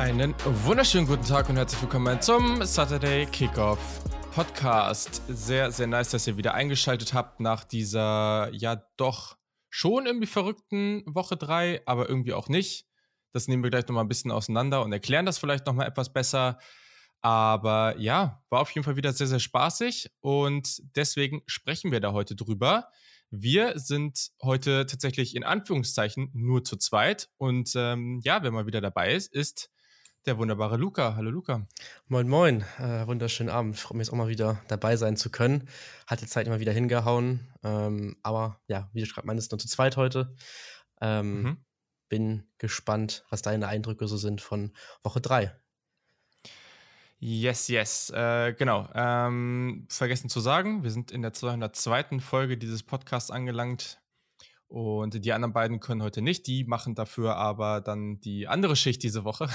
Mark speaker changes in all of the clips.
Speaker 1: Einen wunderschönen guten Tag und herzlich willkommen zum Saturday Kickoff Podcast. Sehr, sehr nice, dass ihr wieder eingeschaltet habt nach dieser ja doch schon irgendwie verrückten Woche 3, aber irgendwie auch nicht. Das nehmen wir gleich nochmal ein bisschen auseinander und erklären das vielleicht nochmal etwas besser. Aber ja, war auf jeden Fall wieder sehr, sehr spaßig und deswegen sprechen wir da heute drüber. Wir sind heute tatsächlich in Anführungszeichen nur zu zweit und ja, wer mal wieder dabei ist der wunderbare Luca. Hallo Luca.
Speaker 2: Moin, moin. Wunderschönen Abend. Freut mich jetzt auch mal wieder dabei sein zu können. Hat die Zeit immer wieder hingehauen. Aber ja, wie du gerade meinst, nur zu zweit heute. Bin gespannt, was deine Eindrücke so sind von Woche 3.
Speaker 1: Yes. Genau. Vergessen zu sagen, wir sind in der 202. Folge dieses Podcasts angelangt. Und die anderen beiden können heute nicht. Die machen dafür aber dann die andere Schicht diese Woche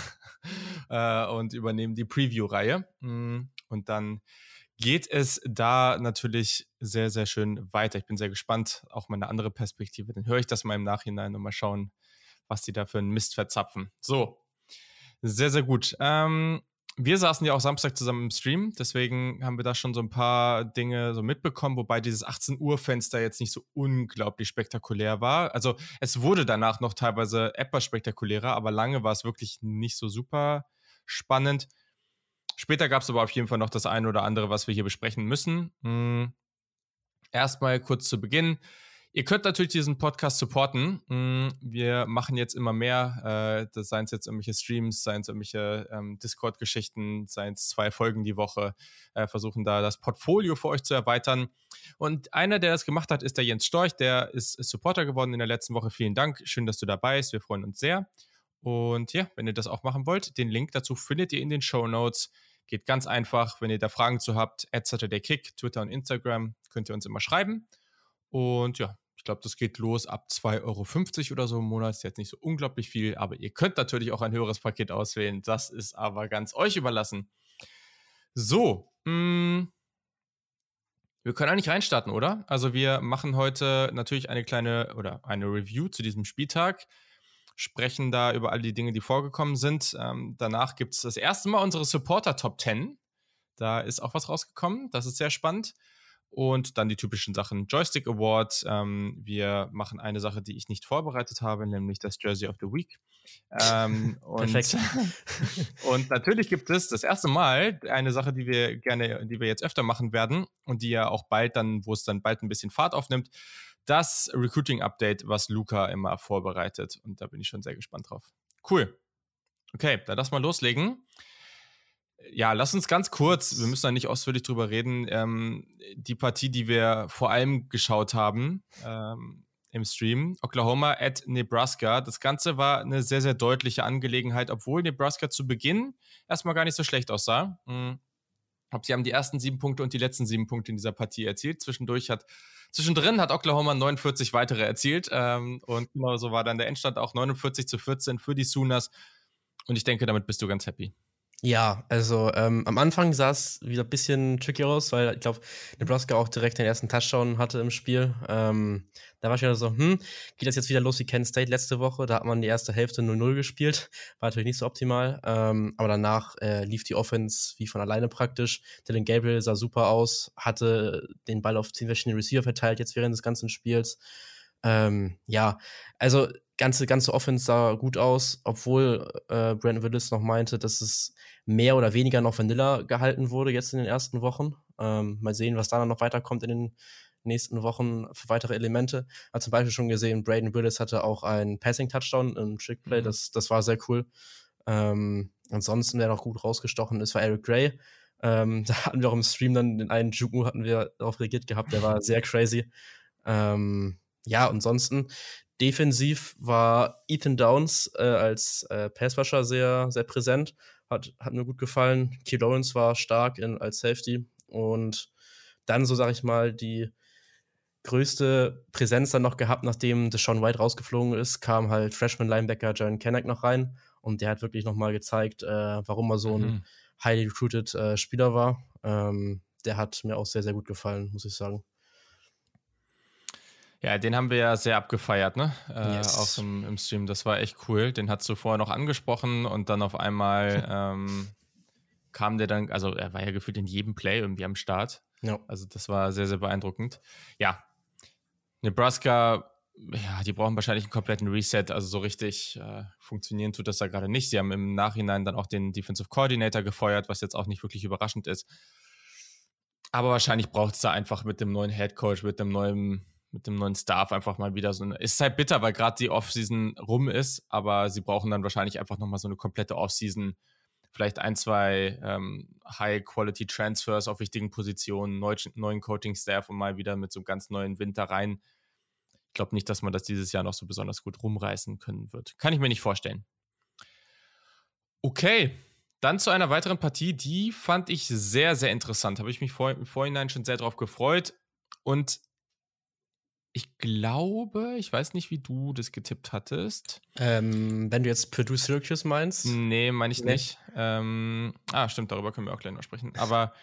Speaker 1: und übernehmen die Preview-Reihe. Und dann geht es da natürlich sehr, sehr schön weiter. Ich bin sehr gespannt. Auch mal eine andere Perspektive. Dann höre ich das mal im Nachhinein und mal schauen, was die da für einen Mist verzapfen. So, sehr, sehr gut. Wir saßen ja auch Samstag zusammen im Stream, deswegen haben wir da schon so ein paar Dinge so mitbekommen, wobei dieses 18-Uhr-Fenster jetzt nicht so unglaublich spektakulär war. Also es wurde danach noch teilweise etwas spektakulärer, aber lange war es wirklich nicht so super spannend. Später gab es aber auf jeden Fall noch das eine oder andere, was wir hier besprechen müssen. Erstmal kurz zu Beginn. Ihr könnt natürlich diesen Podcast supporten. Wir machen jetzt immer mehr, seien es jetzt irgendwelche Streams, seien es irgendwelche Discord-Geschichten, seien es 2 Folgen die Woche, versuchen da das Portfolio für euch zu erweitern. Und einer, der das gemacht hat, ist der Jens Storch, der ist Supporter geworden in der letzten Woche. Vielen Dank, schön, dass du dabei bist, wir freuen uns sehr. Und ja, wenn ihr das auch machen wollt, den Link dazu findet ihr in den Shownotes. Geht ganz einfach, wenn ihr da Fragen zu habt, @SaturdayKick, Twitter und Instagram, könnt ihr uns immer schreiben. Und ja, ich glaube, das geht los ab 2,50 € oder so im Monat. Ist jetzt nicht so unglaublich viel, aber ihr könnt natürlich auch ein höheres Paket auswählen. Das ist aber ganz euch überlassen. So, wir können eigentlich reinstarten, oder? Also wir machen heute natürlich eine Review zu diesem Spieltag, sprechen da über all die Dinge, die vorgekommen sind. Danach gibt es das erste Mal unsere Supporter Top 10. Da ist auch was rausgekommen. Das ist sehr spannend. Und dann die typischen Sachen. Joystick Award. Wir machen eine Sache, die ich nicht vorbereitet habe, nämlich das Jersey of the Week.
Speaker 2: Perfekt.
Speaker 1: Und natürlich gibt es das erste Mal eine Sache, die wir jetzt öfter machen werden und die ja auch wo es dann bald ein bisschen Fahrt aufnimmt, das Recruiting-Update, was Luca immer vorbereitet. Und da bin ich schon sehr gespannt drauf. Cool. Okay, dann lass mal loslegen. Ja, lass uns ganz kurz, wir müssen da nicht ausführlich drüber reden, die Partie, die wir vor allem geschaut haben im Stream, Oklahoma at Nebraska. Das Ganze war eine sehr, sehr deutliche Angelegenheit, obwohl Nebraska zu Beginn erstmal gar nicht so schlecht aussah. Sie haben die ersten 7 Punkte und die letzten 7 Punkte in dieser Partie erzielt. Zwischendrin hat Oklahoma 49 weitere erzielt und genau so war dann der Endstand auch 49-14 für die Sooners. Und ich denke, damit bist du ganz happy.
Speaker 2: Ja, also am Anfang sah es wieder ein bisschen tricky aus, weil ich glaube, Nebraska auch direkt den ersten Touchdown hatte im Spiel. Da war ich wieder so, geht das jetzt wieder los wie Kent State letzte Woche? Da hat man die erste Hälfte 0-0 gespielt. War natürlich nicht so optimal. Aber danach lief die Offense wie von alleine praktisch. Dylan Gabriel sah super aus, hatte den Ball auf 10 verschiedene Receiver verteilt jetzt während des ganzen Spiels. Ja, also ganze Offense sah gut aus, obwohl Brandon Willis noch meinte, dass es mehr oder weniger noch Vanilla gehalten wurde jetzt in den ersten Wochen. Mal sehen, was da noch weiterkommt in den nächsten Wochen für weitere Elemente. Hat zum Beispiel schon gesehen, Brandon Willis hatte auch einen Passing-Touchdown im Trickplay, das war sehr cool. Ansonsten, wer noch gut rausgestochen ist, war Eric Gray. Da hatten wir auch im Stream dann den einen Juke hatten wir darauf reagiert gehabt, der war sehr crazy. Ja, ansonsten defensiv war Ethan Downs als Passrusher sehr, sehr präsent. Hat mir gut gefallen. Key Lawrence war stark als Safety. Und dann, so sage ich mal, die größte Präsenz dann noch gehabt, nachdem Deshaun White rausgeflogen ist, kam halt Freshman-Linebacker Jaren Kanak noch rein. Und der hat wirklich nochmal gezeigt, warum er so ein highly recruited Spieler war. Der hat mir auch sehr, sehr gut gefallen, muss ich sagen.
Speaker 1: Ja, den haben wir ja sehr abgefeiert, ne?
Speaker 2: Yes.
Speaker 1: Auch im Stream. Das war echt cool. Den hast du vorher noch angesprochen und dann auf einmal kam der dann, also er war ja gefühlt in jedem Play irgendwie am Start.
Speaker 2: Ja.
Speaker 1: Also das war sehr, sehr beeindruckend. Ja, Nebraska, ja, die brauchen wahrscheinlich einen kompletten Reset. Also so richtig funktionieren tut das da gerade nicht. Sie haben im Nachhinein dann auch den Defensive Coordinator gefeuert, was jetzt auch nicht wirklich überraschend ist. Aber wahrscheinlich braucht es da einfach mit dem neuen Head Coach, mit dem neuen Staff einfach mal wieder so eine. Ist halt bitter, weil gerade die Offseason rum ist, aber sie brauchen dann wahrscheinlich einfach nochmal so eine komplette Offseason. Vielleicht 1, 2 High-Quality-Transfers auf wichtigen Positionen, neuen Coaching-Staff und mal wieder mit so einem ganz neuen Winter rein. Ich glaube nicht, dass man das dieses Jahr noch so besonders gut rumreißen können wird. Kann ich mir nicht vorstellen. Okay, dann zu einer weiteren Partie, die fand ich sehr, sehr interessant. Habe ich mich im Vorhinein schon sehr drauf gefreut. Und ich glaube, ich weiß nicht, wie du das getippt hattest.
Speaker 2: Wenn du jetzt Purdue Syracuse meinst?
Speaker 1: Nee, meine ich nicht. Stimmt, darüber können wir auch gleich noch sprechen. Aber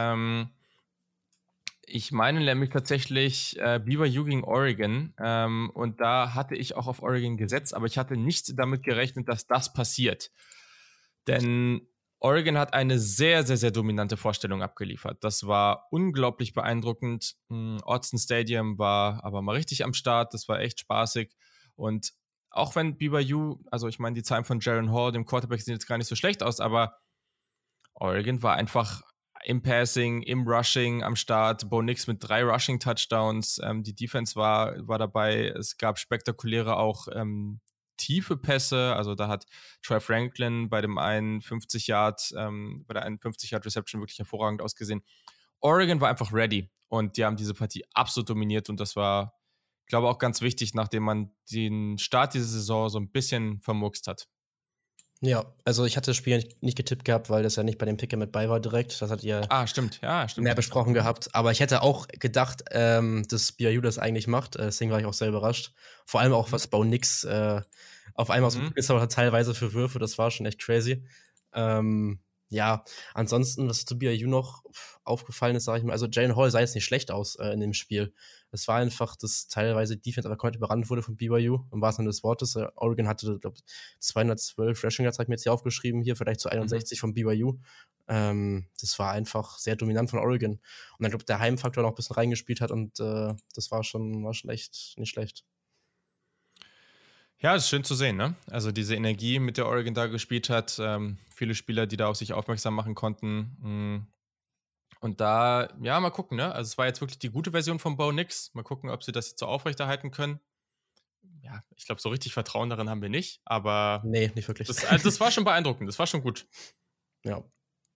Speaker 1: ich meine nämlich tatsächlich BYU gegen Oregon. Und da hatte ich auch auf Oregon gesetzt, aber ich hatte nicht damit gerechnet, dass das passiert. Denn Oregon hat eine sehr, sehr, sehr dominante Vorstellung abgeliefert. Das war unglaublich beeindruckend. Autzen Stadium war aber mal richtig am Start. Das war echt spaßig. Und auch wenn BYU, also ich meine, die Zahlen von Jaren Hall, dem Quarterback, sehen jetzt gar nicht so schlecht aus, aber Oregon war einfach im Passing, im Rushing am Start. Bo Nix mit 3 Rushing-Touchdowns. Die Defense war dabei. Es gab spektakuläre auch tiefe Pässe, also da hat Troy Franklin bei dem einen 50-Yard, bei der einen 50-Yard-Reception wirklich hervorragend ausgesehen. Oregon war einfach ready und die haben diese Partie absolut dominiert und das war, ich glaube, auch ganz wichtig, nachdem man den Start dieser Saison so ein bisschen vermurkst hat.
Speaker 2: Ja, also ich hatte das Spiel nicht getippt gehabt, weil das ja nicht bei dem Picker mit bei war direkt. Das hat ihr
Speaker 1: Stimmt.
Speaker 2: mehr besprochen gehabt. Aber ich hätte auch gedacht, dass BYU das eigentlich macht. Deswegen war ich auch sehr überrascht. Vor allem auch, was Bo Nix auf einmal so ist, aber teilweise für Würfe. Das war schon echt crazy. Ja, ansonsten, was zu BYU noch aufgefallen ist, sage ich mal, also Jalen Hall sah jetzt nicht schlecht aus in dem Spiel. Es war einfach, dass teilweise Defense aber komplett überrannt wurde von BYU, im wahrsten Sinne des Wortes. Oregon hatte, glaube ich, 212 Rushing Yards, habe ich mir jetzt hier aufgeschrieben, hier vielleicht zu 61 von BYU. Das war einfach sehr dominant von Oregon. Und dann, glaube ich, der Heimfaktor noch ein bisschen reingespielt hat und das war schon echt nicht schlecht.
Speaker 1: Ja, ist schön zu sehen, ne? Also diese Energie, mit der Oregon da gespielt hat, viele Spieler, die da auf sich aufmerksam machen konnten. Und da, ja, mal gucken, ne? Also es war jetzt wirklich die gute Version von Bo Nix. Mal gucken, ob sie das jetzt so aufrechterhalten können. Ja, ich glaube, so richtig Vertrauen darin haben wir nicht, aber
Speaker 2: nee, nicht wirklich.
Speaker 1: Das war schon beeindruckend, das war schon gut.
Speaker 2: Ja.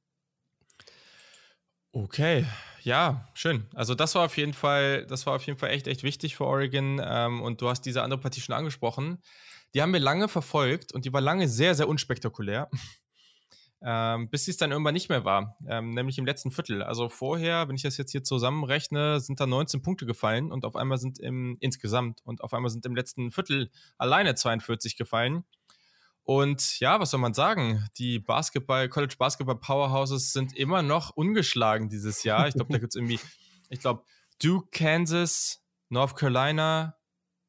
Speaker 1: Okay, ja, schön. Also das war auf jeden Fall echt wichtig für Oregon. Und du hast diese andere Partie schon angesprochen. Die haben wir lange verfolgt und die war lange sehr, sehr unspektakulär. Bis sie es dann irgendwann nicht mehr war, nämlich im letzten Viertel. Also vorher, wenn ich das jetzt hier zusammenrechne, sind da 19 Punkte gefallen und auf einmal sind im letzten Viertel alleine 42 gefallen. Und ja, was soll man sagen? Die College Basketball Powerhouses sind immer noch ungeschlagen dieses Jahr. Ich glaube, da gibt es irgendwie, Duke, Kansas, North Carolina,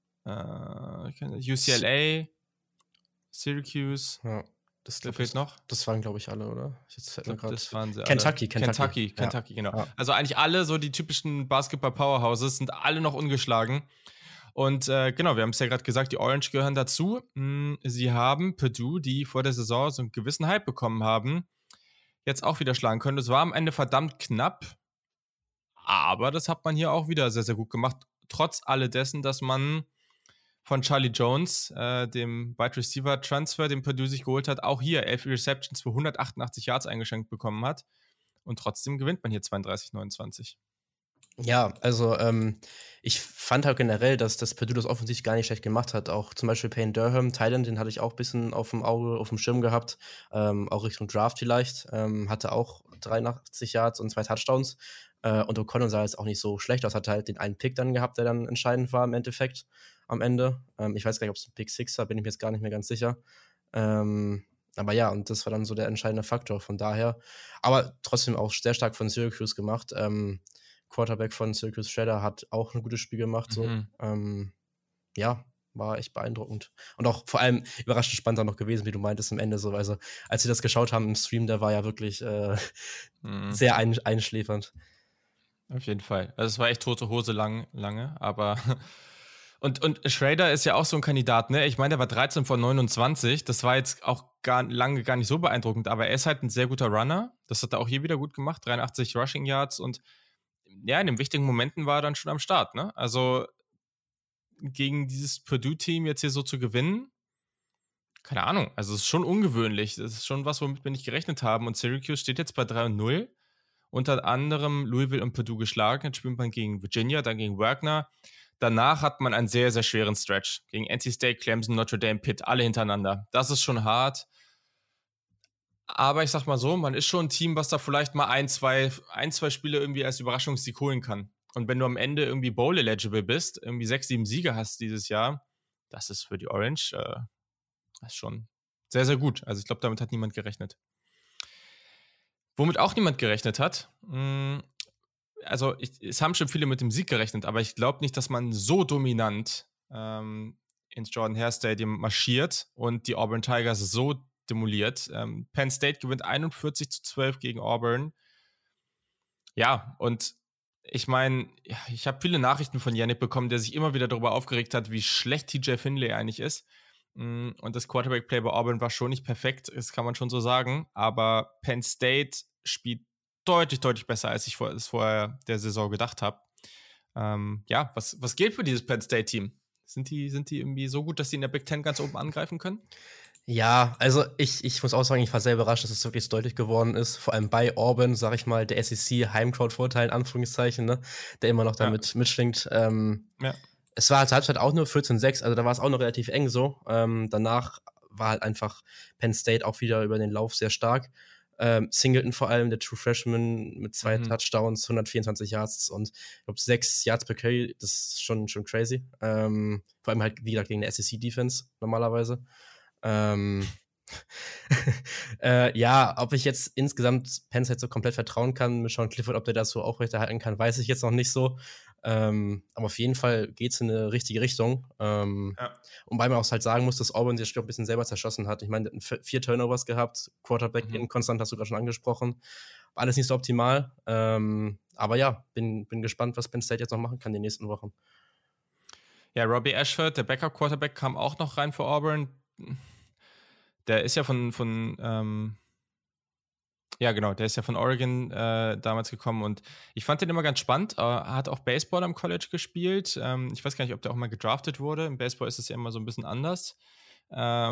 Speaker 1: UCLA, Syracuse.
Speaker 2: Ja.
Speaker 1: Wer fehlt noch?
Speaker 2: Das waren, glaube ich, alle, oder?
Speaker 1: Das waren sie
Speaker 2: Kentucky,
Speaker 1: ja. Genau. Ja. Also eigentlich alle so die typischen Basketball-Powerhouses sind alle noch ungeschlagen. Und genau, wir haben es ja gerade gesagt, die Orange gehören dazu. Sie haben Purdue, die vor der Saison so einen gewissen Hype bekommen haben, jetzt auch wieder schlagen können. Es war am Ende verdammt knapp, aber das hat man hier auch wieder sehr, sehr gut gemacht. Trotz alledessen, dass man von Charlie Jones, dem Wide Receiver Transfer, den Purdue sich geholt hat, auch hier 11 Receptions für 188 Yards eingeschenkt bekommen hat. Und trotzdem gewinnt man hier 32-29.
Speaker 2: Ja, also ich fand halt generell, dass das Purdue das offensichtlich gar nicht schlecht gemacht hat. Auch zum Beispiel Payne Durham, Thailand, den hatte ich auch ein bisschen auf dem Auge, auf dem Schirm gehabt. Auch Richtung Draft vielleicht. Hatte auch 83 Yards und 2 Touchdowns. Und O'Connell sah jetzt auch nicht so schlecht aus. Hatte halt den einen Pick dann gehabt, der dann entscheidend war im Endeffekt am Ende. Ich weiß gar nicht, ob es ein Pick 6 war, bin ich mir jetzt gar nicht mehr ganz sicher. Aber ja, und das war dann so der entscheidende Faktor von daher. Aber trotzdem auch sehr stark von Syracuse gemacht. Quarterback von Syracuse Shredder, hat auch ein gutes Spiel gemacht. So. Ja, war echt beeindruckend. Und auch vor allem überraschend spannend auch noch gewesen, wie du meintest am Ende so. Also, als wir das geschaut haben im Stream, der war ja wirklich sehr einschläfernd.
Speaker 1: Auf jeden Fall. Also es war echt tote Hose lange, aber und Schrader ist ja auch so ein Kandidat, ne? Ich meine, der war 13 von 29. Das war jetzt auch lange gar nicht so beeindruckend, aber er ist halt ein sehr guter Runner. Das hat er auch hier wieder gut gemacht. 83 Rushing Yards und ja, in den wichtigen Momenten war er dann schon am Start, ne? Also gegen dieses Purdue-Team jetzt hier so zu gewinnen, keine Ahnung. Also es ist schon ungewöhnlich. Das ist schon was, womit wir nicht gerechnet haben. Und Syracuse steht jetzt bei 3-0. Unter anderem Louisville und Purdue geschlagen. Jetzt spielt man gegen Virginia, dann gegen Wagner. Danach hat man einen sehr, sehr schweren Stretch. Gegen NC State, Clemson, Notre Dame, Pitt, alle hintereinander. Das ist schon hart. Aber ich sag mal so, man ist schon ein Team, was da vielleicht mal ein, zwei Spiele irgendwie als Überraschungssieg holen kann. Und wenn du am Ende irgendwie Bowl-eligible bist, irgendwie 6, 7 Siege hast dieses Jahr, das ist für die Orange das ist schon sehr, sehr gut. Also ich glaube, damit hat niemand gerechnet. Womit auch niemand gerechnet hat, also es haben schon viele mit dem Sieg gerechnet, aber ich glaube nicht, dass man so dominant ins Jordan-Hare Stadium marschiert und die Auburn Tigers so demoliert. Penn State gewinnt 41-12 gegen Auburn. Ja, und ich meine, ich habe viele Nachrichten von Yannick bekommen, der sich immer wieder darüber aufgeregt hat, wie schlecht TJ Finley eigentlich ist. Und das Quarterback-Play bei Auburn war schon nicht perfekt, das kann man schon so sagen. Aber Penn State spielt deutlich, deutlich besser, als ich es vorher der Saison gedacht habe. Ja, was gilt für dieses Penn State-Team? Sind die irgendwie so gut, dass die in der Big Ten ganz oben angreifen können?
Speaker 2: Ja, also ich muss auch sagen, ich war sehr überrascht, dass es wirklich so deutlich geworden ist. Vor allem bei Auburn, sag ich mal, der SEC-Heimcrowd-Vorteil in Anführungszeichen, ne, der immer noch damit mitschwingt.
Speaker 1: Ja.
Speaker 2: Es war zur Halbzeit auch nur 14-6, also da war es auch noch relativ eng so. Danach war halt einfach Penn State auch wieder über den Lauf sehr stark. Singleton vor allem, der True Freshman mit 2 Touchdowns, 124 Yards und ich glaube 6 Yards per Carry, das ist schon crazy. Vor allem halt, wie gesagt, gegen eine SEC-Defense normalerweise. Ja, ob ich jetzt insgesamt Penn State so komplett vertrauen kann, mit Sean Clifford, ob der das so aufrechterhalten kann, weiß ich jetzt noch nicht so. Aber auf jeden Fall geht es in eine richtige Richtung. Und weil man auch halt sagen muss, dass Auburn sich das Spiel auch ein bisschen selber zerschossen hat. Ich meine, 4 Turnovers gehabt, Quarterback inkonstant, hast du gerade schon angesprochen. Alles nicht so optimal. Aber ja, bin gespannt, was Penn State jetzt noch machen kann die nächsten Wochen.
Speaker 1: Ja, Robbie Ashford, der Backup-Quarterback, kam auch noch rein für Auburn. Der ist ja der ist ja von Oregon damals gekommen und ich fand den immer ganz spannend. Er hat auch Baseball am College gespielt. Ich weiß gar nicht, ob der auch mal gedraftet wurde. Im Baseball ist es ja immer so ein bisschen anders. Der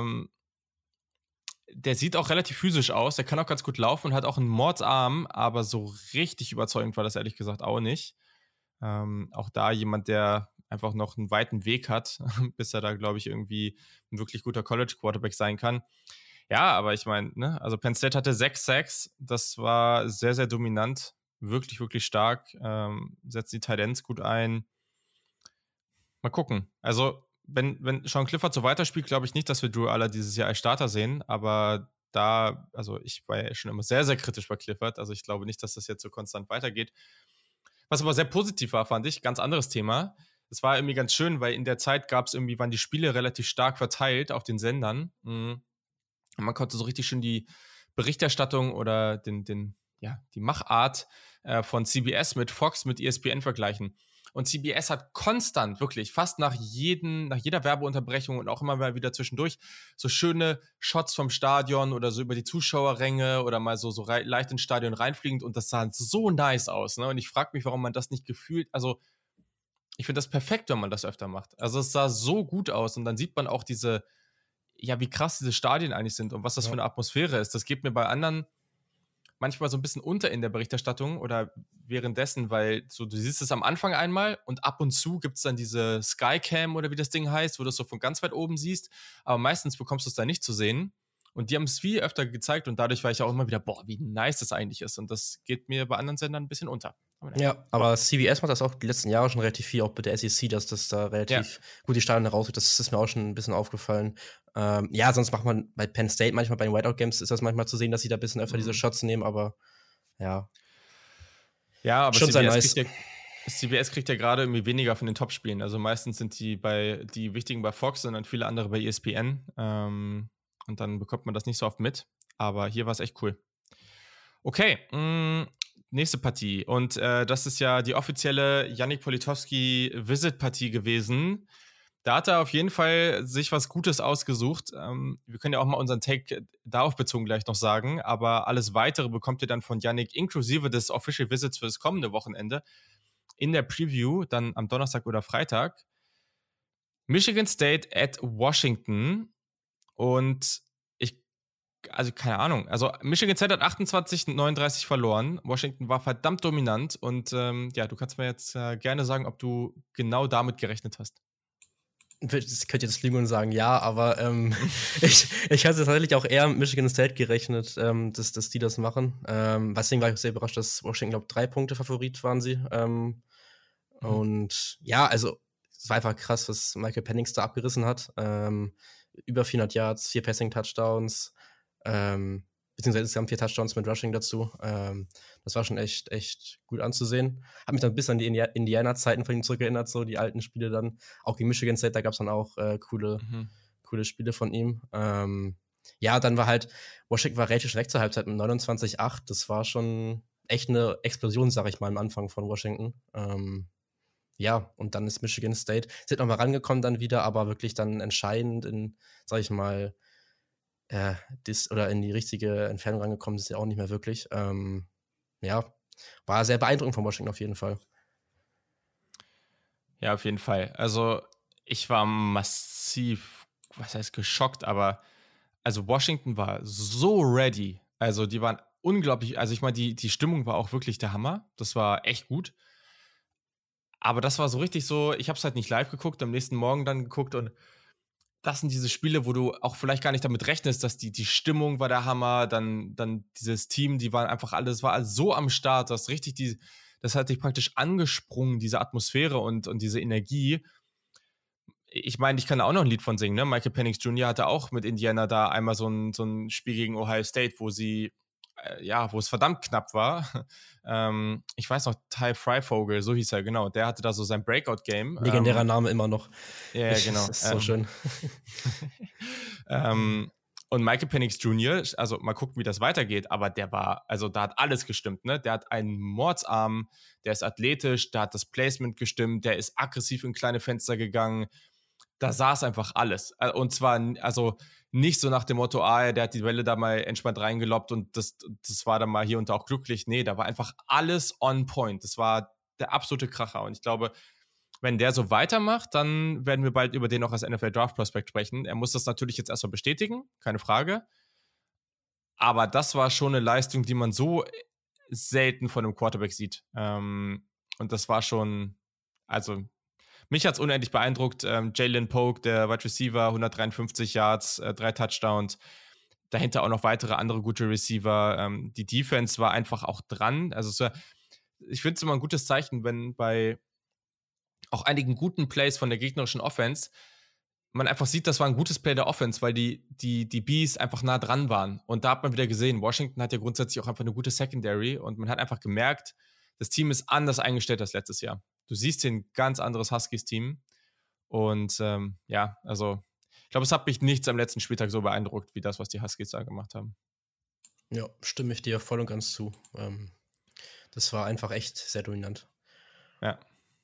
Speaker 1: sieht auch relativ physisch aus. Der kann auch ganz gut laufen und hat auch einen Mordsarm, aber so richtig überzeugend war das ehrlich gesagt auch nicht. Auch da jemand, der einfach noch einen weiten Weg hat, bis er da, glaube ich, irgendwie ein wirklich guter College-Quarterback sein kann. Ja, aber ich meine, ne, also Penn State hatte 6 Sacks, das war sehr, sehr dominant, wirklich, wirklich stark, setzt die Tight Ends gut ein. Mal gucken. Also, wenn Sean Clifford so weiterspielt, glaube ich nicht, dass wir Drew Aller dieses Jahr als Starter sehen, aber also ich war ja schon immer sehr, sehr kritisch bei Clifford, also ich glaube nicht, dass das jetzt so konstant weitergeht. Was aber sehr positiv war, fand ich, ganz anderes Thema. Es war irgendwie ganz schön, weil in der Zeit waren die Spiele relativ stark verteilt auf den Sendern. Und man konnte so richtig schön die Berichterstattung oder die Machart von CBS mit Fox, mit ESPN vergleichen. Und CBS hat konstant, wirklich, fast nach jeder Werbeunterbrechung und auch immer mal wieder zwischendurch so schöne Shots vom Stadion oder so über die Zuschauerränge oder mal so leicht ins Stadion reinfliegend und das sah so nice aus. Ne? Und ich frage mich, warum man das nicht gefühlt, also ich finde das perfekt, wenn man das öfter macht. Also es sah so gut aus und dann sieht man auch wie krass diese Stadien eigentlich sind und was das für eine Atmosphäre ist. Das geht mir bei anderen manchmal so ein bisschen unter in der Berichterstattung oder währenddessen, weil so du siehst es am Anfang einmal und ab und zu gibt es dann diese Skycam oder wie das Ding heißt, wo du es so von ganz weit oben siehst, aber meistens bekommst du es da nicht zu sehen. Und die haben es viel öfter gezeigt und dadurch war ich auch immer wieder, wie nice das eigentlich ist. Und das geht mir bei anderen Sendern ein bisschen unter.
Speaker 2: Ja, aber CBS macht das auch die letzten Jahre schon relativ viel, auch bei der SEC, dass das da relativ gut die Stadien rausgeht. Das ist mir auch schon ein bisschen aufgefallen. Sonst macht man bei Penn State manchmal, bei den Whiteout Games ist das manchmal zu sehen, dass sie da ein bisschen öfter diese Shots nehmen, aber ja.
Speaker 1: Ja, aber
Speaker 2: schon sehr nice.
Speaker 1: CBS kriegt ja gerade irgendwie weniger von den Top-Spielen. Also meistens sind die wichtigen bei Fox und dann viele andere bei ESPN. Und dann bekommt man das nicht so oft mit. Aber hier war es echt cool. Okay, nächste Partie. Und das ist ja die offizielle Yannick Politowski-Visit-Partie gewesen. Da hat er auf jeden Fall sich was Gutes ausgesucht. Wir können ja auch mal unseren Take darauf bezogen gleich noch sagen. Aber alles Weitere bekommt ihr dann von Yannick inklusive des Official Visits für das kommende Wochenende in der Preview, dann am Donnerstag oder Freitag. Michigan State at Washington. Und also keine Ahnung. Also Michigan State hat 28-39 verloren. Washington war verdammt dominant. Und ja, du kannst mir jetzt gerne sagen, ob du genau damit gerechnet hast.
Speaker 2: Ich könnte jetzt lügen und sagen, ja, aber ich hatte tatsächlich auch eher mit Michigan State gerechnet, dass die das machen. Deswegen war ich sehr überrascht, dass Washington, glaube ich, 3 Punkte Favorit waren sie. Und ja, also es war einfach krass, was Michael Penix da abgerissen hat. Über 400 Yards, 4 Passing-Touchdowns, beziehungsweise insgesamt 4 Touchdowns mit Rushing dazu. Das war schon echt gut anzusehen. Hat mich dann bis an die Indiana-Zeiten von ihm zurückerinnert, so die alten Spiele dann. Auch gegen Michigan State, da gab es dann auch coole Spiele von ihm. Ja, dann war halt, Washington war relativ schlecht zur Halbzeit mit 29-8. Das war schon echt eine Explosion, sag ich mal, am Anfang von Washington. Ja, und dann ist Michigan State, sind noch mal rangekommen dann wieder, aber wirklich dann entscheidend in, sag ich mal, in die richtige Entfernung rangekommen ist ja auch nicht mehr wirklich. Ja, war sehr beeindruckend von Washington auf jeden Fall.
Speaker 1: Ja, auf jeden Fall. Also ich war massiv, was heißt geschockt, aber also Washington war so ready. Also die waren unglaublich, also ich meine, die Stimmung war auch wirklich der Hammer. Das war echt gut. Aber das war so richtig so, ich habe es halt nicht live geguckt, am nächsten Morgen dann geguckt und das sind diese Spiele, wo du auch vielleicht gar nicht damit rechnest, dass die Stimmung war der Hammer, dann dieses Team, die waren einfach alles, war alles so am Start, das richtig das hat dich praktisch angesprungen, diese Atmosphäre und diese Energie. Ich meine, ich kann da auch noch ein Lied von singen, ne? Michael Penix Jr. hatte auch mit Indiana da einmal so ein Spiel gegen Ohio State, wo es verdammt knapp war. Ich weiß noch, Ty Freifogel, so hieß er, genau. Der hatte da so sein Breakout-Game.
Speaker 2: Legendärer Name immer noch.
Speaker 1: Ja, genau.
Speaker 2: Das ist so schön.
Speaker 1: Und Michael Penix Jr., also mal gucken, wie das weitergeht, aber da hat alles gestimmt, ne? Der hat einen Mordsarm, der ist athletisch, da hat das Placement gestimmt, der ist aggressiv in kleine Fenster gegangen. Da saß einfach alles. Und zwar, also nicht so nach dem Motto, der hat die Welle da mal entspannt reingeloppt und das war dann mal hier und da auch glücklich. Nee, da war einfach alles on point. Das war der absolute Kracher. Und ich glaube, wenn der so weitermacht, dann werden wir bald über den auch als NFL Draft Prospect sprechen. Er muss das natürlich jetzt erstmal bestätigen, keine Frage. Aber das war schon eine Leistung, die man so selten von einem Quarterback sieht. Und das war schon, also mich hat es unendlich beeindruckt. Jalen Polk, der Wide Receiver, 153 Yards, 3 Touchdowns. Dahinter auch noch weitere andere gute Receiver. Die Defense war einfach auch dran. Also ich finde es immer ein gutes Zeichen, wenn bei auch einigen guten Plays von der gegnerischen Offense man einfach sieht, das war ein gutes Play der Offense, weil die Bees einfach nah dran waren. Und da hat man wieder gesehen, Washington hat ja grundsätzlich auch einfach eine gute Secondary und man hat einfach gemerkt, das Team ist anders eingestellt als letztes Jahr. Du siehst hier ein ganz anderes Huskies-Team. Und ja, also ich glaube, es hat mich nichts am letzten Spieltag so beeindruckt, wie das, was die Huskies da gemacht haben.
Speaker 2: Ja, stimme ich dir voll und ganz zu. Das war einfach echt sehr dominant.
Speaker 1: Ja.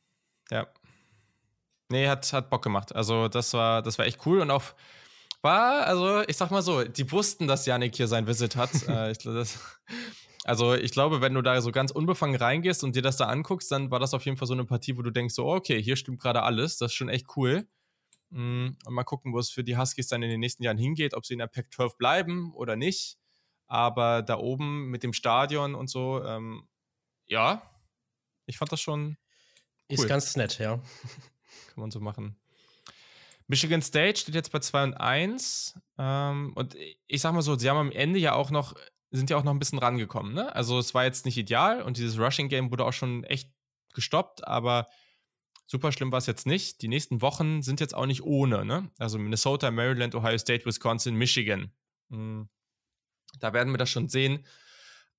Speaker 1: Nee, hat Bock gemacht. Also das war echt cool und auch also ich sag mal so, die wussten, dass Yannick hier sein Visit hat. Ich glaube, wenn du da so ganz unbefangen reingehst und dir das da anguckst, dann war das auf jeden Fall so eine Partie, wo du denkst so, okay, hier stimmt gerade alles, das ist schon echt cool. Und mal gucken, wo es für die Huskies dann in den nächsten Jahren hingeht, ob sie in der Pac-12 bleiben oder nicht. Aber da oben mit dem Stadion und so, ja, ich fand das schon cool.
Speaker 2: Ist ganz nett, ja.
Speaker 1: Kann man so machen. Michigan State steht jetzt bei 2-1. Und ich sag mal so, sie haben am Ende sind ja auch noch ein bisschen rangekommen, ne? Also es war jetzt nicht ideal und dieses Rushing-Game wurde auch schon echt gestoppt, aber super schlimm war es jetzt nicht. Die nächsten Wochen sind jetzt auch nicht ohne, ne? Also Minnesota, Maryland, Ohio State, Wisconsin, Michigan. Da werden wir das schon sehen.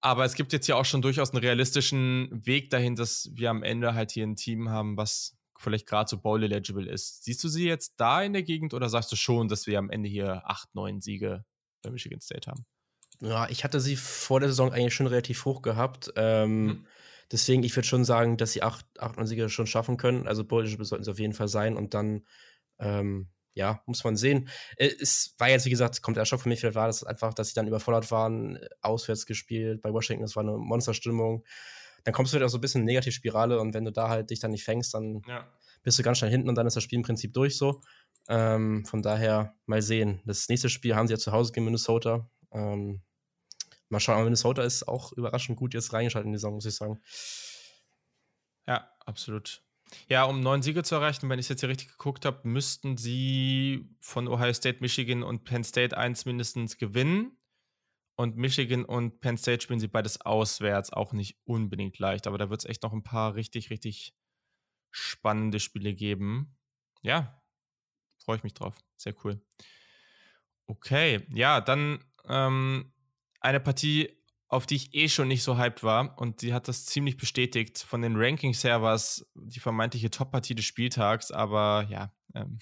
Speaker 1: Aber es gibt jetzt ja auch schon durchaus einen realistischen Weg dahin, dass wir am Ende halt hier ein Team haben, was vielleicht gerade so Bowl-eligible ist. Siehst du sie jetzt da in der Gegend oder sagst du schon, dass wir am Ende hier 8, 9 Siege bei Michigan State haben?
Speaker 2: Ja, ich hatte sie vor der Saison eigentlich schon relativ hoch gehabt. Deswegen, ich würde schon sagen, dass sie 8 Siege schon schaffen können. Also Bowl-eligible sollten sie auf jeden Fall sein. Und dann, ja, muss man sehen. Es war jetzt, wie gesagt, kommt der Schock für mich, vielleicht war das einfach, dass sie dann überfordert waren, auswärts gespielt bei Washington, das war eine Monsterstimmung. Dann kommst du wieder auf so ein bisschen Negativspirale und wenn du da halt dich dann nicht fängst, dann bist du ganz schnell hinten und dann ist das Spiel im Prinzip durch so. Von daher mal sehen. Das nächste Spiel haben sie ja zu Hause gegen Minnesota. Mal schauen, aber Minnesota ist auch überraschend gut jetzt reingeschaltet in die Saison, muss ich sagen.
Speaker 1: Ja, absolut. Ja, um 9 Siege zu erreichen, wenn ich es jetzt hier richtig geguckt habe, müssten sie von Ohio State, Michigan und Penn State 1 mindestens gewinnen. Und Michigan und Penn State spielen sie beides auswärts, auch nicht unbedingt leicht. Aber da wird es echt noch ein paar richtig, richtig spannende Spiele geben. Ja, freue ich mich drauf. Sehr cool. Okay, ja, dann eine Partie, auf die ich schon nicht so hyped war und die hat das ziemlich bestätigt. Von den Rankings her war es die vermeintliche Top-Partie des Spieltags, aber ja,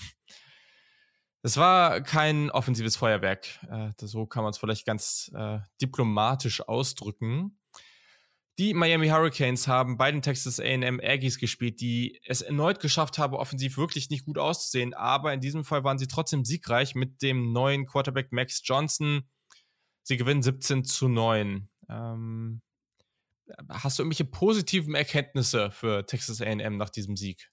Speaker 1: es war kein offensives Feuerwerk. So kann man es vielleicht ganz diplomatisch ausdrücken. Die Miami Hurricanes haben bei den Texas A&M Aggies gespielt, die es erneut geschafft haben, offensiv wirklich nicht gut auszusehen. Aber in diesem Fall waren sie trotzdem siegreich mit dem neuen Quarterback Max Johnson. Sie gewinnen 17-9. Hast du irgendwelche positiven Erkenntnisse für Texas A&M nach diesem Sieg?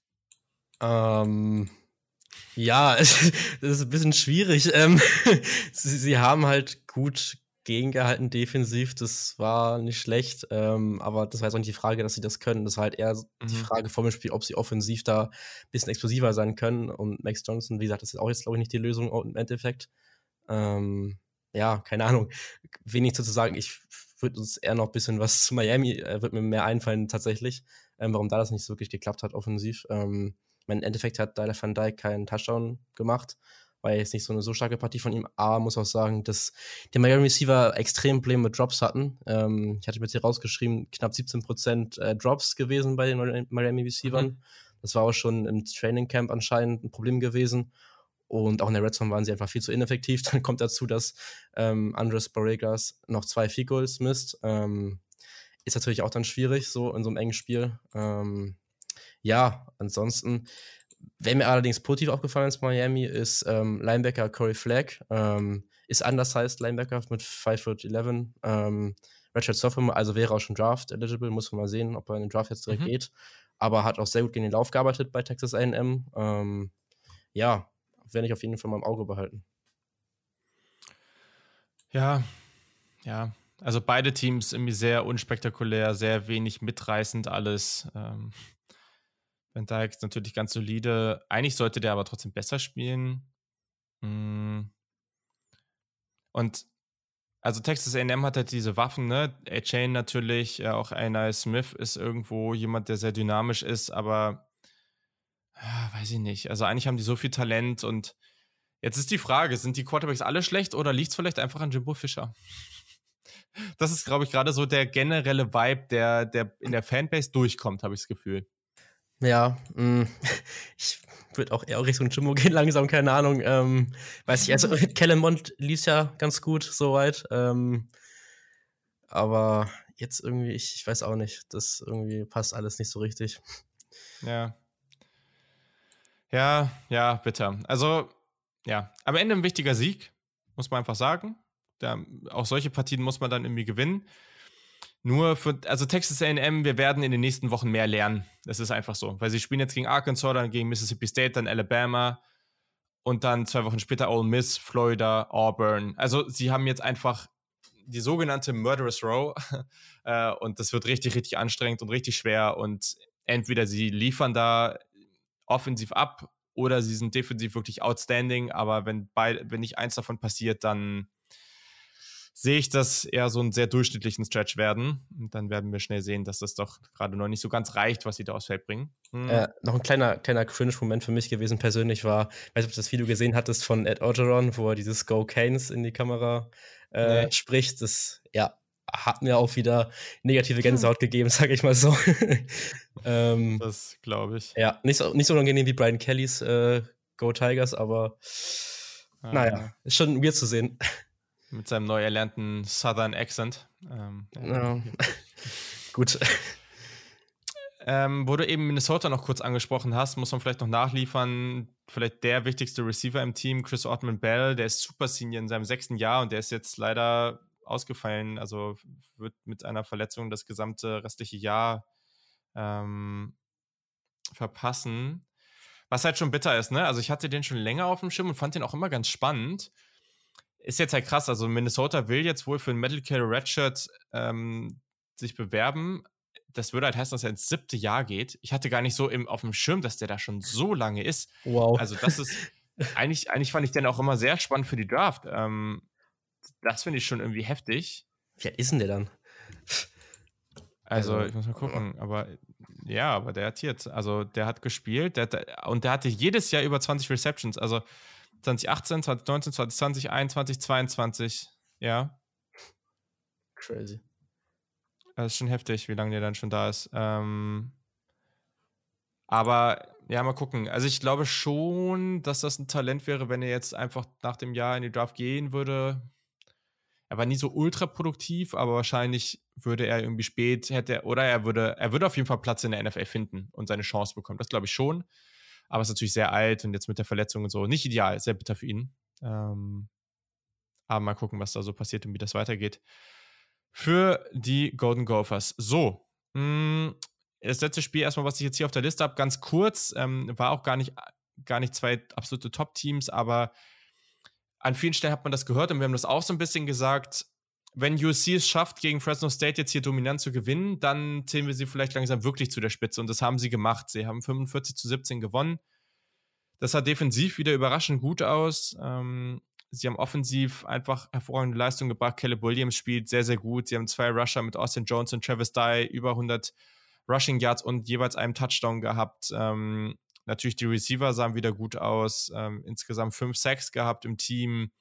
Speaker 2: Ja, das ist ein bisschen schwierig. Sie haben halt gut gegengehalten defensiv, das war nicht schlecht, aber das war jetzt auch nicht die Frage, dass sie das können. Das war halt eher die Frage vor dem Spiel, ob sie offensiv da ein bisschen explosiver sein können. Und Max Johnson, wie gesagt, das ist auch jetzt, glaube ich, nicht die Lösung im Endeffekt. Ja, keine Ahnung. Wenig zu sagen. Ich würde uns eher noch ein bisschen was zu Miami, wird mir mehr einfallen tatsächlich, warum da das nicht so wirklich geklappt hat offensiv. Im Endeffekt hat Tyler Van Dijk keinen Touchdown gemacht. War jetzt nicht so eine so starke Partie von ihm, aber muss auch sagen, dass die Miami Receiver extrem Probleme mit Drops hatten. Ich hatte mir jetzt hier rausgeschrieben, knapp 17% Drops gewesen bei den Miami Receivern. Das war auch schon im Training Camp anscheinend ein Problem gewesen. Und auch in der Red Zone waren sie einfach viel zu ineffektiv. Dann kommt dazu, dass Andres Barregas noch 2 Field Goals misst. Ist natürlich auch dann schwierig, so in so einem engen Spiel. Ja, ansonsten, wer mir allerdings positiv aufgefallen ist, Miami, ist Linebacker Corey Flagg. Ist undersized Linebacker mit 5'11". Redshirt Sophomore, also wäre auch schon Draft-eligible, muss man mal sehen, ob er in den Draft jetzt direkt geht. Aber hat auch sehr gut gegen den Lauf gearbeitet bei Texas A&M. Ja, werde ich auf jeden Fall mal im Auge behalten.
Speaker 1: Ja. Also beide Teams irgendwie sehr unspektakulär, sehr wenig mitreißend alles. Van Dijk ist natürlich ganz solide. Eigentlich sollte der aber trotzdem besser spielen. Und also Texas A&M hat halt diese Waffen, ne? A-Chain natürlich, auch Anai Smith ist irgendwo jemand, der sehr dynamisch ist, aber weiß ich nicht. Also eigentlich haben die so viel Talent und jetzt ist die Frage, sind die Quarterbacks alle schlecht oder liegt es vielleicht einfach an Jimbo Fisher? Das ist, glaube ich, gerade so der generelle Vibe, der in der Fanbase durchkommt, habe ich das Gefühl.
Speaker 2: Ja, ich würde auch eher Richtung Jimbo gehen, langsam, keine Ahnung. Weiß ich, also Kellen Mond lief ja ganz gut, soweit. Aber jetzt irgendwie, ich weiß auch nicht, das irgendwie passt alles nicht so richtig.
Speaker 1: Ja, bitter. Also, ja, am Ende ein wichtiger Sieg, muss man einfach sagen. Auch solche Partien muss man dann irgendwie gewinnen. Also Texas A&M, wir werden in den nächsten Wochen mehr lernen. Das ist einfach so. Weil sie spielen jetzt gegen Arkansas, dann gegen Mississippi State, dann Alabama und dann 2 Wochen später Ole Miss, Florida, Auburn. Also sie haben jetzt einfach die sogenannte Murderous Row und das wird richtig, richtig anstrengend und richtig schwer und entweder sie liefern da offensiv ab oder sie sind defensiv wirklich outstanding, aber wenn nicht eins davon passiert, dann sehe ich das eher so einen sehr durchschnittlichen Stretch werden. Und dann werden wir schnell sehen, dass das doch gerade noch nicht so ganz reicht, was sie da aufs Feld bringen.
Speaker 2: Noch ein kleiner Cringe-Moment für mich gewesen persönlich war, ich weiß nicht, ob du das Video gesehen hattest von Ed Orgeron, wo er dieses Go Canes in die Kamera spricht. Das, ja, hat mir auch wieder negative Gänsehaut gegeben, sage ich mal so.
Speaker 1: Das glaube ich.
Speaker 2: Ja, nicht so unangenehm wie Brian Kellys Go Tigers, aber naja, ist schon weird zu sehen.
Speaker 1: Mit seinem neu erlernten Southern Accent.
Speaker 2: Ja. Gut.
Speaker 1: Wo du eben Minnesota noch kurz angesprochen hast, muss man vielleicht noch nachliefern. Vielleicht der wichtigste Receiver im Team, Chris Ortman-Bell, der ist Super Senior in seinem 6. Jahr und der ist jetzt leider ausgefallen. Also wird mit einer Verletzung das gesamte restliche Jahr verpassen. Was halt schon bitter ist, ne? Also ich hatte den schon länger auf dem Schirm und fand den auch immer ganz spannend. Ist jetzt halt krass, also Minnesota will jetzt wohl für ein Medical Redshirt sich bewerben. Das würde halt heißen, dass er ins 7. Jahr geht. Ich hatte gar nicht so auf dem Schirm, dass der da schon so lange ist.
Speaker 2: Wow.
Speaker 1: Also das ist, eigentlich fand ich den auch immer sehr spannend für die Draft. Das finde ich schon irgendwie heftig.
Speaker 2: Wie alt ist denn der dann?
Speaker 1: Also ich muss mal gucken, aber der hat jetzt, also der hat gespielt und der hatte jedes Jahr über 20 Receptions, also 2018, 2019, 2020, 2021, 22, ja.
Speaker 2: Crazy.
Speaker 1: Das ist schon heftig, wie lange der dann schon da ist. Aber ja, mal gucken. Also ich glaube schon, dass das ein Talent wäre, wenn er jetzt einfach nach dem Jahr in die Draft gehen würde. Er war nie so ultra produktiv, aber wahrscheinlich würde er irgendwie er würde auf jeden Fall Platz in der NFL finden und seine Chance bekommen. Das glaube ich schon. Aber ist natürlich sehr alt und jetzt mit der Verletzung und so nicht ideal, sehr bitter für ihn. Aber mal gucken, was da so passiert und wie das weitergeht. Für die Golden Gophers. So, das letzte Spiel erstmal, was ich jetzt hier auf der Liste habe, ganz kurz, war auch gar nicht 2 absolute Top-Teams, aber an vielen Stellen hat man das gehört und wir haben das auch so ein bisschen gesagt, wenn USC es schafft, gegen Fresno State jetzt hier dominant zu gewinnen, dann zählen wir sie vielleicht langsam wirklich zu der Spitze und das haben sie gemacht. Sie haben 45-17 gewonnen. Das sah defensiv wieder überraschend gut aus. Sie haben offensiv einfach hervorragende Leistung gebracht. Caleb Williams spielt sehr, sehr gut. Sie haben 2 Rusher mit Austin Jones und Travis Dye, über 100 Rushing Yards und jeweils einen Touchdown gehabt. Natürlich die Receiver sahen wieder gut aus. Insgesamt 5 Sacks gehabt im Team.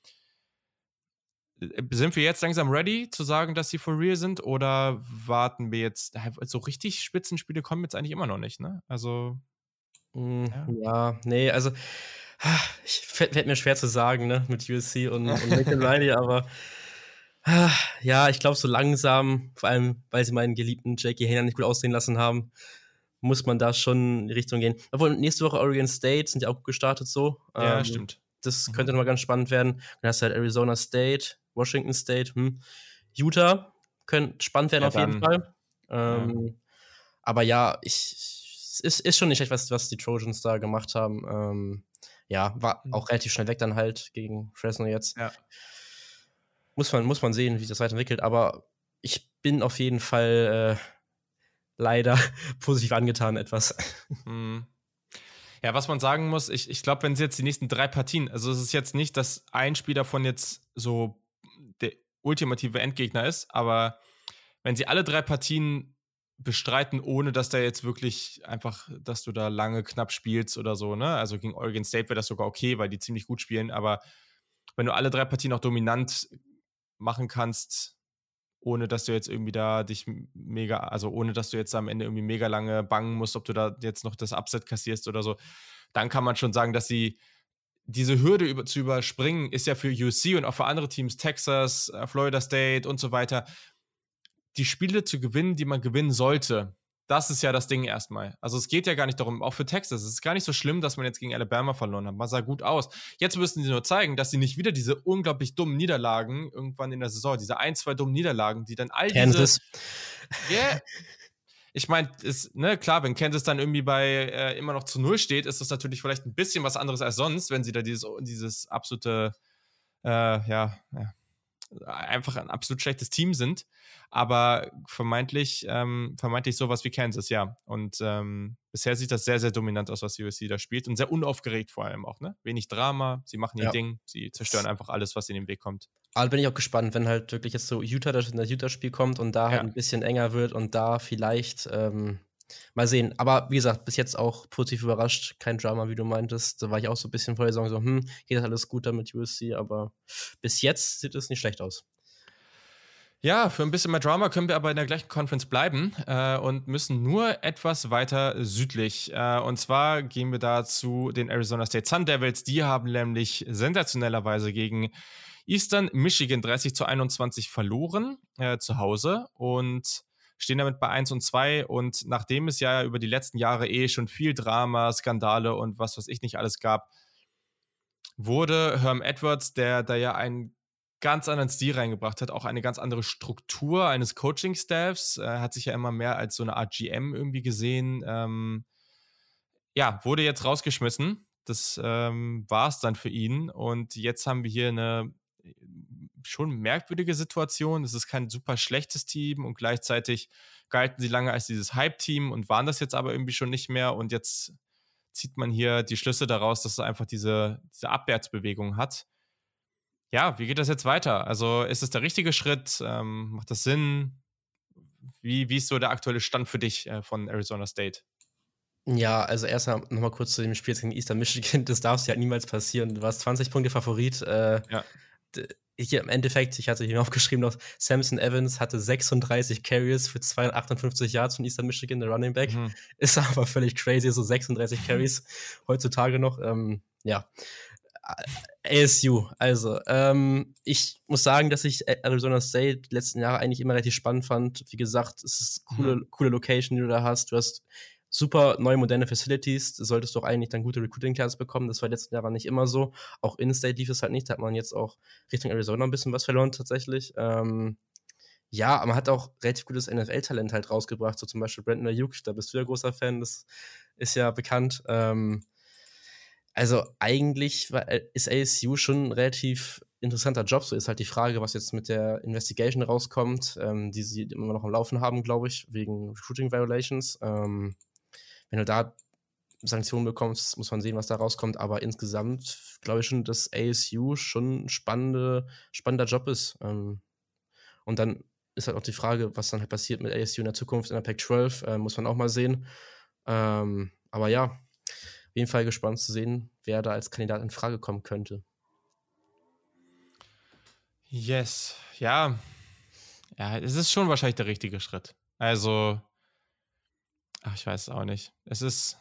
Speaker 1: Sind wir jetzt langsam ready zu sagen, dass sie for real sind? Oder warten wir jetzt? So richtig Spitzenspiele kommen jetzt eigentlich immer noch nicht, ne? Also.
Speaker 2: Ja, nee, also fällt mir schwer zu sagen, ne, mit USC und Lincoln Riley, aber ja, ich glaube, so langsam, vor allem, weil sie meinen geliebten J.K. Hainer nicht gut aussehen lassen haben, muss man da schon in die Richtung gehen. Obwohl, nächste Woche Oregon State sind ja auch gut gestartet so.
Speaker 1: Ja, stimmt.
Speaker 2: Das könnte nochmal ganz spannend werden. Dann hast du halt Arizona State, Washington State, Utah könnte spannend werden auf jeden Fall. Aber ja, ist schon nicht schlecht, was die Trojans da gemacht haben. Ja, war auch relativ schnell weg dann halt gegen Fresno jetzt.
Speaker 1: Ja.
Speaker 2: Muss man sehen, wie sich das weiterentwickelt. Aber ich bin auf jeden Fall leider positiv angetan etwas.
Speaker 1: Ja, was man sagen muss, ich glaube, wenn sie jetzt die nächsten 3 Partien, also es ist jetzt nicht, dass ein Spiel davon jetzt so der ultimative Endgegner ist, aber wenn sie alle 3 Partien bestreiten, ohne dass da jetzt wirklich einfach, dass du da lange knapp spielst oder so, ne? Also gegen Oregon State wäre das sogar okay, weil die ziemlich gut spielen, aber wenn du alle 3 Partien auch dominant machen kannst, ohne dass du jetzt irgendwie da dich ohne dass du jetzt am Ende irgendwie mega lange bangen musst, ob du da jetzt noch das Upset kassierst oder so, dann kann man schon sagen, dass sie diese Hürde zu überspringen, ist ja für USC und auch für andere Teams, Texas, Florida State und so weiter, die Spiele zu gewinnen, die man gewinnen sollte. Das ist ja das Ding erstmal. Also es geht ja gar nicht darum, auch für Texas, es ist gar nicht so schlimm, dass man jetzt gegen Alabama verloren hat. Man sah gut aus. Jetzt müssen sie nur zeigen, dass sie nicht wieder diese unglaublich dummen Niederlagen irgendwann in der Saison, diese 1, 2 dummen Niederlagen, die dann all
Speaker 2: Kansas.
Speaker 1: Yeah. Ich meine, klar, wenn Kansas dann irgendwie bei immer noch zu 0 steht, ist das natürlich vielleicht ein bisschen was anderes als sonst, wenn sie da dieses absolute, einfach ein absolut schlechtes Team sind, aber vermeintlich sowas wie Kansas, ja. Und bisher sieht das sehr, sehr dominant aus, was USC da spielt und sehr unaufgeregt vor allem auch, ne? Wenig Drama, sie machen ihr Ding, sie zerstören einfach alles, was in den Weg kommt.
Speaker 2: Aber bin ich auch gespannt, wenn halt wirklich jetzt so das Utah-Spiel kommt und da halt ein bisschen enger wird und da vielleicht mal sehen. Aber wie gesagt, bis jetzt auch positiv überrascht. Kein Drama, wie du meintest. Da war ich auch so ein bisschen vor der Saison so, geht das alles gut da mit USC? Aber bis jetzt sieht es nicht schlecht aus.
Speaker 1: Ja, für ein bisschen mehr Drama können wir aber in der gleichen Conference bleiben und müssen nur etwas weiter südlich. Und zwar gehen wir da zu den Arizona State Sun Devils. Die haben nämlich sensationellerweise gegen Eastern Michigan 30-21 verloren zu Hause und stehen damit bei 1-2. Und nachdem es ja über die letzten Jahre schon viel Drama, Skandale und was weiß ich nicht alles gab, wurde Herm Edwards, der da ja einen ganz anderen Stil reingebracht hat, auch eine ganz andere Struktur eines Coaching-Staffs, hat sich ja immer mehr als so eine Art GM irgendwie gesehen, ja, wurde jetzt rausgeschmissen. Das war es dann für ihn. Und jetzt haben wir hier eine schon merkwürdige Situation. Es ist kein super schlechtes Team und gleichzeitig galten sie lange als dieses Hype-Team und waren das jetzt aber irgendwie schon nicht mehr. Und jetzt zieht man hier die Schlüsse daraus, dass es einfach diese Abwärtsbewegung hat. Ja, wie geht das jetzt weiter? Also ist es der richtige Schritt? Macht das Sinn? Wie ist so der aktuelle Stand für dich von Arizona State?
Speaker 2: Ja, also erst nochmal kurz zu dem Spiel gegen Eastern Michigan. Das darf ja niemals passieren. Du warst 20 Punkte Favorit.
Speaker 1: Ja.
Speaker 2: Hier im Endeffekt, ich hatte hier aufgeschrieben noch, Samson Evans hatte 36 Carries für 258 Yards von Eastern Michigan, der Running Back. Ist aber völlig crazy, so 36 Carries heutzutage noch. Ja. ASU, also, ich muss sagen, dass ich Arizona State die letzten Jahre eigentlich immer relativ spannend fand. Wie gesagt, es ist coole Location, die du da hast. Du hast super neue, moderne Facilities. Du solltest doch eigentlich dann gute Recruiting-Classes bekommen. Das war letzten Jahre nicht immer so. Auch In-State lief es halt nicht. Da hat man jetzt auch Richtung Arizona ein bisschen was verloren, tatsächlich. Ja, aber man hat auch relativ gutes NFL-Talent halt rausgebracht. So zum Beispiel Brandon Ayuk, da bist du ja großer Fan. Das ist ja bekannt. Also eigentlich ist ASU schon ein relativ interessanter Job. So ist halt die Frage, was jetzt mit der Investigation rauskommt, die sie immer noch am Laufen haben, glaube ich, wegen Recruiting Violations. Wenn du da Sanktionen bekommst, muss man sehen, was da rauskommt. Aber insgesamt glaube ich schon, dass ASU schon ein spannender Job ist. Und dann ist halt auch die Frage, was dann halt passiert mit ASU in der Zukunft in der Pac-12, muss man auch mal sehen. Aber ja, auf jeden Fall gespannt zu sehen, wer da als Kandidat in Frage kommen könnte.
Speaker 1: Yes, ja. Ja, es ist schon wahrscheinlich der richtige Schritt. Also, ich weiß es auch nicht. Es ist,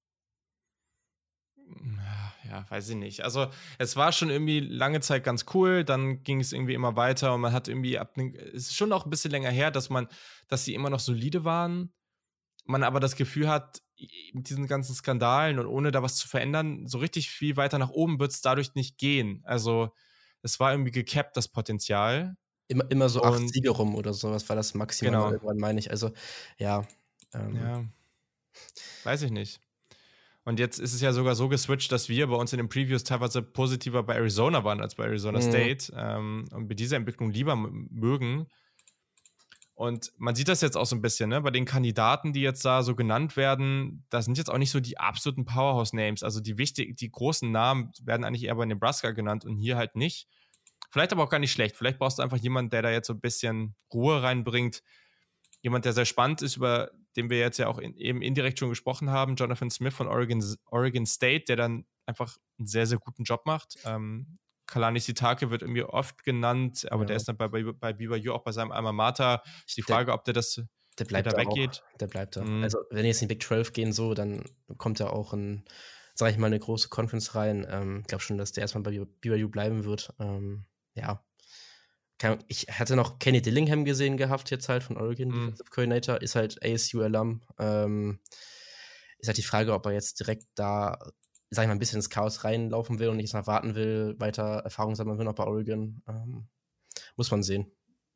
Speaker 1: ja, weiß ich nicht. Also, es war schon irgendwie lange Zeit ganz cool, dann ging es irgendwie immer weiter und man hat irgendwie es ist schon auch ein bisschen länger her, dass sie immer noch solide waren, man aber das Gefühl hat, mit diesen ganzen Skandalen und ohne da was zu verändern, so richtig viel weiter nach oben wird es dadurch nicht gehen. Also, es war irgendwie gecapped, das Potenzial.
Speaker 2: Immer so 8 Siege rum oder sowas war das maximal,
Speaker 1: genau.
Speaker 2: Irgendwann, meine ich. Also, ja.
Speaker 1: Ja, weiß ich nicht. Und jetzt ist es ja sogar so geswitcht, dass wir bei uns in den Previews teilweise positiver bei Arizona waren als bei Arizona State und wir diese Entwicklung lieber mögen. Und man sieht das jetzt auch so ein bisschen, ne? Bei den Kandidaten, die jetzt da so genannt werden, da sind jetzt auch nicht so die absoluten Powerhouse-Names. Also die großen Namen werden eigentlich eher bei Nebraska genannt und hier halt nicht. Vielleicht aber auch gar nicht schlecht. Vielleicht brauchst du einfach jemanden, der da jetzt so ein bisschen Ruhe reinbringt. Jemand, der sehr spannend ist, über den wir jetzt ja auch eben indirekt schon gesprochen haben, Jonathan Smith von Oregon State, der dann einfach einen sehr, sehr guten Job macht. Kalani Sitake wird irgendwie oft genannt, aber der ist dann bei BYU auch bei seinem Alma Mater. Ist die Frage, ob der
Speaker 2: bleibt da
Speaker 1: weggeht.
Speaker 2: Der bleibt da. Also, wenn die jetzt in die Big 12 gehen, so, dann kommt er auch sag ich mal, eine große Conference rein. Ich glaube schon, dass der erstmal bei BYU bleiben wird. Ja. Ich hatte noch Kenny Dillingham gesehen gehabt, jetzt halt von Oregon, Defensive Coordinator, ist halt ASU-Alum. Ist halt die Frage, ob er jetzt direkt da, sag ich mal, ein bisschen ins Chaos reinlaufen will und nicht erstmal warten will, weiter Erfahrung sammeln will noch bei Oregon. Muss man sehen.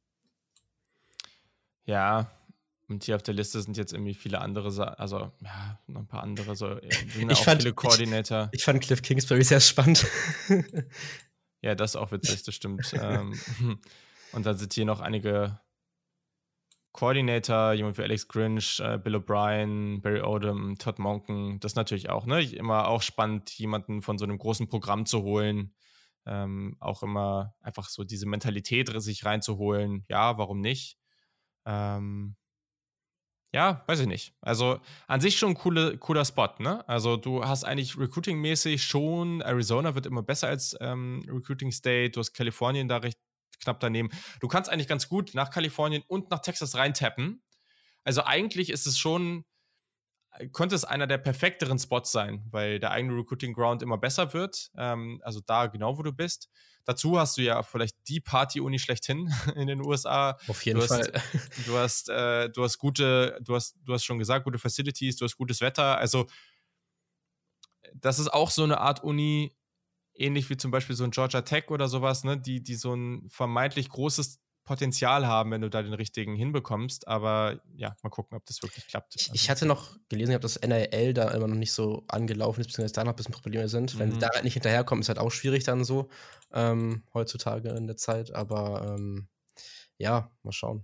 Speaker 1: Ja, und hier auf der Liste sind jetzt irgendwie viele andere, also ja, noch ein paar andere, so sind auch viele Koordinator.
Speaker 2: Ich fand Cliff Kingsbury sehr spannend.
Speaker 1: Ja, das ist auch witzig, das stimmt. Und dann sind hier noch einige Coordinator, jemand wie Alex Grinch, Bill O'Brien, Barry Odom, Todd Monken. Das natürlich auch, ne? Immer auch spannend, jemanden von so einem großen Programm zu holen. Auch immer einfach so diese Mentalität sich reinzuholen. Ja, warum nicht? Ja, weiß ich nicht. Also an sich schon ein cooler Spot, ne? Also du hast eigentlich Recruiting-mäßig schon, Arizona wird immer besser als Recruiting State, du hast Kalifornien da recht knapp daneben. Du kannst eigentlich ganz gut nach Kalifornien und nach Texas reintappen. Also eigentlich ist es schon, könnte es einer der perfekteren Spots sein, weil der eigene Recruiting Ground immer besser wird. Also da genau, wo du bist. Dazu hast du ja vielleicht die Party-Uni schlechthin in den USA.
Speaker 2: Auf jeden Fall.
Speaker 1: Du hast schon gesagt, gute Facilities, du hast gutes Wetter. Also das ist auch so eine Art Uni, ähnlich wie zum Beispiel so ein Georgia Tech oder sowas, ne, die so ein vermeintlich großes Potenzial haben, wenn du da den richtigen hinbekommst. Aber ja, mal gucken, ob das wirklich klappt.
Speaker 2: Ich hatte noch gelesen, dass das NIL da immer noch nicht so angelaufen ist, beziehungsweise da noch ein bisschen Probleme sind. Wenn sie da halt nicht hinterherkommen, ist halt auch schwierig dann so heutzutage in der Zeit. Aber ja, mal schauen.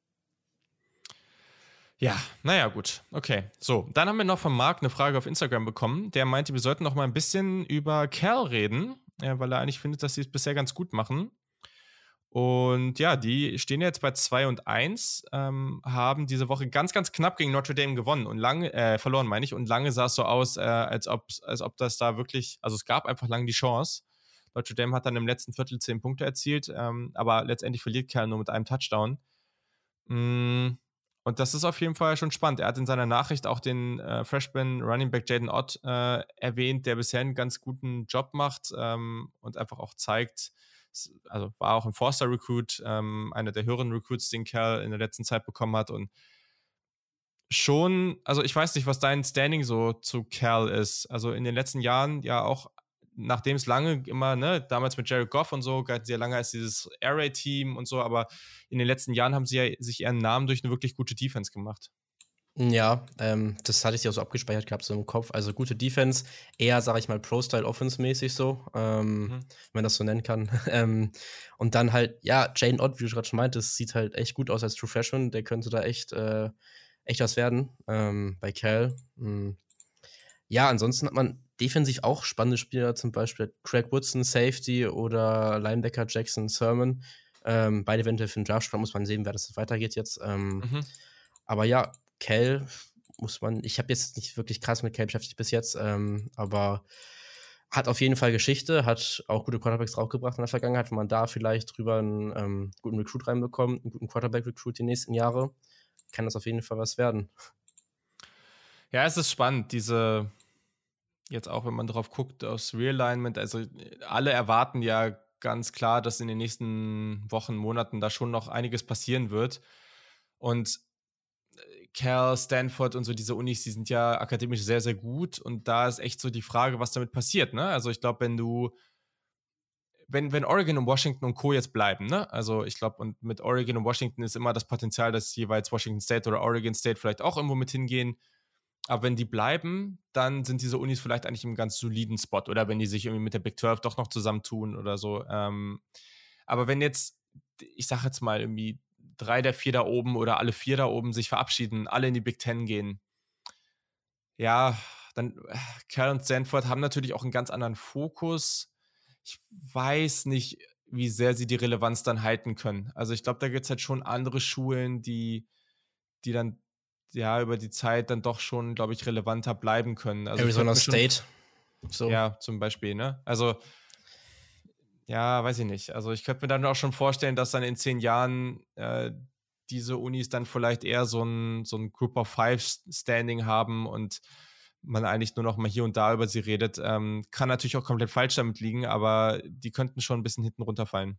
Speaker 1: Ja, naja, gut. Okay, so. Dann haben wir noch von Marc eine Frage auf Instagram bekommen. Der meinte, wir sollten noch mal ein bisschen über Cal reden, weil er eigentlich findet, dass sie es bisher ganz gut machen. Und ja, die stehen jetzt bei 2-1, haben diese Woche ganz, ganz knapp gegen Notre Dame gewonnen und verloren, meine ich. Und lange sah es so aus, als ob das da wirklich, also es gab einfach lange die Chance. Notre Dame hat dann im letzten Viertel 10 Punkte erzielt, aber letztendlich verliert Cal nur mit einem Touchdown. Und das ist auf jeden Fall schon spannend. Er hat in seiner Nachricht auch den Freshman Running Back Jaden Ott erwähnt, der bisher einen ganz guten Job macht und einfach auch zeigt, also war auch ein Four-Star-Recruit, einer der höheren Recruits, den Cal in der letzten Zeit bekommen hat. Und schon, also ich weiß nicht, was dein Standing so zu Cal ist. Also in den letzten Jahren ja auch, nachdem es lange immer, ne, damals mit Jared Goff und so, galt sehr lange als dieses Air Raid-Team und so, aber in den letzten Jahren haben sie ja sich ihren Namen durch eine wirklich gute Defense gemacht.
Speaker 2: Ja, das hatte ich ja so abgespeichert gehabt, so im Kopf. Also gute Defense, eher, sage ich mal, Pro-Style-Offense-mäßig so, wenn man das so nennen kann. Und dann halt, ja, Jaden Ott, wie du gerade schon meintest, sieht halt echt gut aus als True Freshman. Der könnte da echt was werden bei Cal. Ja, ansonsten hat man defensiv auch spannende Spieler, zum Beispiel Craig Woodson, Safety oder Linebacker Jackson Sermon. Beide eventuell für den Draftspieler, muss man sehen, wer das weitergeht jetzt. Aber ja, Cal ich habe jetzt nicht wirklich krass mit Cal beschäftigt bis jetzt, aber hat auf jeden Fall Geschichte, hat auch gute Quarterbacks draufgebracht in der Vergangenheit, wenn man da vielleicht drüber einen guten Recruit reinbekommt, einen guten Quarterback-Recruit die nächsten Jahre, kann das auf jeden Fall was werden.
Speaker 1: Ja, es ist spannend, jetzt auch, wenn man drauf guckt, aus Realignment, also alle erwarten ja ganz klar, dass in den nächsten Wochen, Monaten da schon noch einiges passieren wird. Und Cal, Stanford und so diese Unis, die sind ja akademisch sehr, sehr gut. Und da ist echt so die Frage, was damit passiert, ne? Also ich glaube, wenn Oregon und Washington und Co. jetzt bleiben, ne? Also ich glaube, und mit Oregon und Washington ist immer das Potenzial, dass jeweils Washington State oder Oregon State vielleicht auch irgendwo mit hingehen. Aber wenn die bleiben, dann sind diese Unis vielleicht eigentlich im ganz soliden Spot. Oder wenn die sich irgendwie mit der Big 12 doch noch zusammentun oder so. Aber wenn jetzt, ich sag jetzt mal irgendwie 3 der 4 da oben oder alle 4 da oben sich verabschieden, alle in die Big 10 gehen, ja, dann Cal und Stanford haben natürlich auch einen ganz anderen Fokus. Ich weiß nicht, wie sehr sie die Relevanz dann halten können. Also ich glaube, da gibt es halt schon andere Schulen, die dann ja über die Zeit dann doch schon, glaube ich, relevanter bleiben können. Also
Speaker 2: Arizona State. So.
Speaker 1: Ja, zum Beispiel, ne? Also ja, weiß ich nicht. Also ich könnte mir dann auch schon vorstellen, dass dann in 10 Jahren diese Unis dann vielleicht eher so ein Group of Five Standing haben und man eigentlich nur noch mal hier und da über sie redet. Kann natürlich auch komplett falsch damit liegen, aber die könnten schon ein bisschen hinten runterfallen.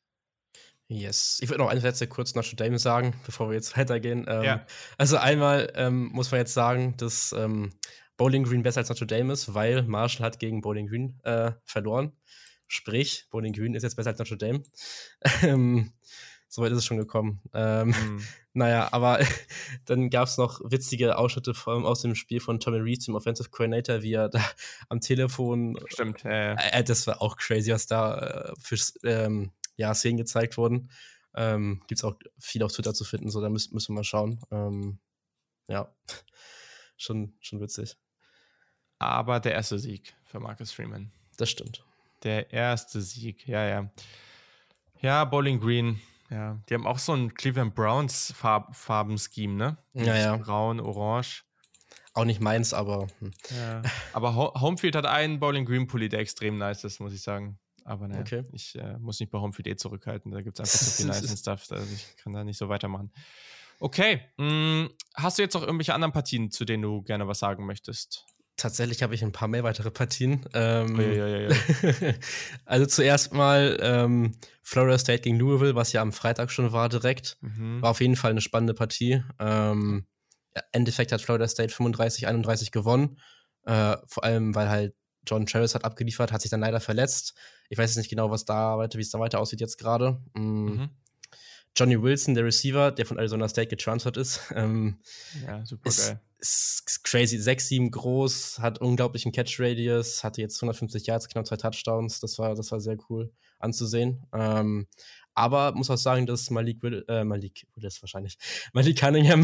Speaker 2: Yes. Ich würde noch eine Sätze kurz Notre Dame sagen, bevor wir jetzt weitergehen.
Speaker 1: Ja.
Speaker 2: Also einmal muss man jetzt sagen, dass Bowling Green besser als Notre Dame ist, weil Marshall hat gegen Bowling Green verloren. Sprich, Bowling Green ist jetzt besser als Notre Dame. Soweit ist es schon gekommen. Naja, aber dann gab es noch witzige Ausschnitte vor allem aus dem Spiel von Tommy Rees, dem Offensive Coordinator, wie er da am Telefon.
Speaker 1: Stimmt,
Speaker 2: das war auch crazy, was da für Szenen gezeigt wurden. Gibt es auch viel auf Twitter zu finden, so da müssen wir mal schauen. Ja, schon witzig.
Speaker 1: Aber der erste Sieg für Marcus Freeman.
Speaker 2: Das stimmt.
Speaker 1: Der erste Sieg, ja. Ja, Bowling Green, ja. Die haben auch so ein Cleveland Browns Farbenscheme, ne?
Speaker 2: Ja.
Speaker 1: Braun, orange.
Speaker 2: Auch nicht meins, aber.
Speaker 1: Ja. Aber Homefield hat einen Bowling Green Pulli, der extrem nice ist, muss ich sagen. Aber naja,
Speaker 2: Okay.
Speaker 1: ich muss mich bei Home Field zurückhalten. Da gibt es einfach so viel nice Stuff. Also ich kann da nicht so weitermachen. Okay. Hast du jetzt noch irgendwelche anderen Partien, zu denen du gerne was sagen möchtest?
Speaker 2: Tatsächlich habe ich ein paar mehr weitere Partien.
Speaker 1: Uiuiui.
Speaker 2: Also zuerst mal Florida State gegen Louisville, was ja am Freitag schon war direkt. War auf jeden Fall eine spannende Partie. Im Endeffekt hat Florida State 35-31 gewonnen. Vor allem, weil halt John Travis hat abgeliefert, hat sich dann leider verletzt. Ich weiß jetzt nicht genau, wie es da weiter aussieht jetzt gerade. Johnny Wilson, der Receiver, der von Arizona State getransfert ist,
Speaker 1: ja, super geil.
Speaker 2: Ist crazy, 6'7 groß, hat unglaublichen Catch-Radius, hatte jetzt 150 Yards, knapp 2 Touchdowns, das war sehr cool anzusehen. Aber muss auch sagen, dass Malik Cunningham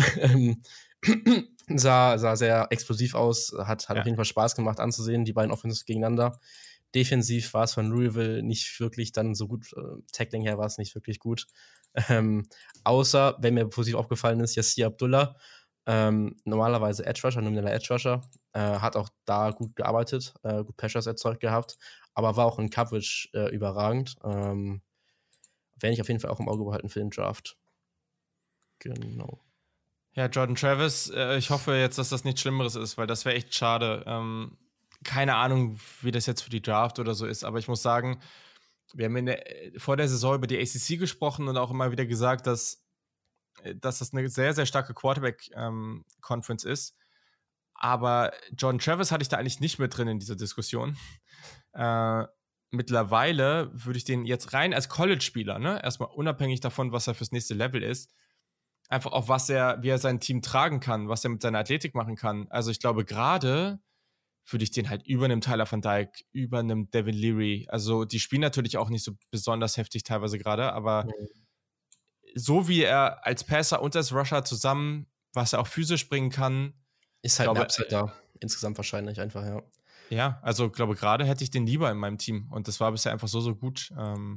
Speaker 2: sah sehr explosiv aus, hat auf jeden Fall Spaß gemacht anzusehen, die beiden Offenses gegeneinander. Defensiv war es von Louisville nicht wirklich dann so gut, Tackling her war es nicht wirklich gut. Außer, wenn mir positiv aufgefallen ist, Yassir Abdullah, normalerweise Edge Rusher, nomineller Edge Rusher, hat auch da gut gearbeitet, gut Pressures erzeugt gehabt, aber war auch in Coverage überragend. Werde ich auf jeden Fall auch im Auge behalten für den Draft. Genau.
Speaker 1: Ja, Jordan Travis, ich hoffe jetzt, dass das nichts Schlimmeres ist, weil das wäre echt schade. Keine Ahnung, wie das jetzt für die Draft oder so ist, aber ich muss sagen, wir haben vor der Saison über die ACC gesprochen und auch immer wieder gesagt, dass das eine sehr, sehr starke Quarterback-Conference ist. Aber Jordan Travis hatte ich da eigentlich nicht mit drin in dieser Diskussion. Mittlerweile würde ich den jetzt rein als College-Spieler, ne, erstmal unabhängig davon, was er fürs nächste Level ist, einfach auf wie er sein Team tragen kann, was er mit seiner Athletik machen kann. Also ich glaube, gerade würde ich den halt über einem Tyler Van Dyke, über einem Devin Leary, also die spielen natürlich auch nicht so besonders heftig teilweise gerade, aber so wie er als Passer und als Rusher zusammen, was er auch physisch bringen kann,
Speaker 2: ist halt ein Upside da, insgesamt wahrscheinlich einfach, ja.
Speaker 1: Ja, also glaube gerade hätte ich den lieber in meinem Team und das war bisher einfach so gut. Wäre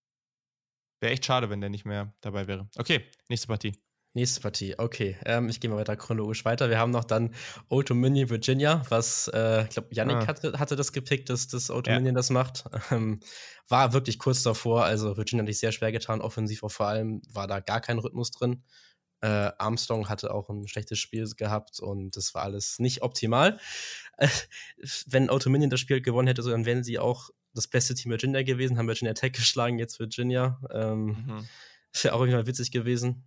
Speaker 1: echt schade, wenn der nicht mehr dabei wäre. Okay, nächste Partie.
Speaker 2: Okay. Ich gehe mal weiter chronologisch weiter. Wir haben noch dann Old Dominion, Virginia, was, ich glaube, Yannick hatte das gepickt, dass Old Dominion das macht. War wirklich kurz davor, also Virginia hat sich sehr schwer getan, offensiv auch vor allem, war da gar kein Rhythmus drin. Armstrong hatte auch ein schlechtes Spiel gehabt und das war alles nicht optimal. Wenn Old Dominion das Spiel gewonnen hätte, dann wären sie auch das beste Team Virginia gewesen, haben Virginia Tech geschlagen, jetzt Virginia. Das wäre auch irgendwann witzig gewesen.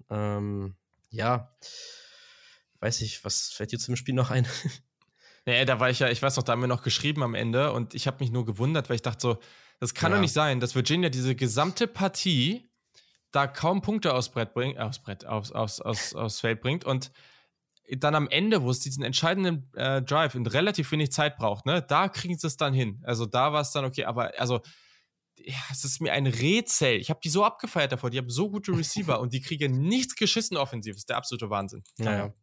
Speaker 2: Ja, weiß ich, was fällt dir zum Spiel noch ein?
Speaker 1: Nee, da war ich weiß noch, da haben wir noch geschrieben am Ende und ich habe mich nur gewundert, weil ich dachte so, das kann doch nicht sein, dass Virginia diese gesamte Partie da kaum Punkte aufs Feld bringt und dann am Ende, wo es diesen entscheidenden Drive in relativ wenig Zeit braucht, ne, da kriegen sie es dann hin. Also da war es dann okay, aber also es ist mir ein Rätsel. Ich habe die so abgefeiert davor, die haben so gute Receiver und die kriegen nichts geschissen offensiv. Das ist der absolute Wahnsinn.
Speaker 2: Naja.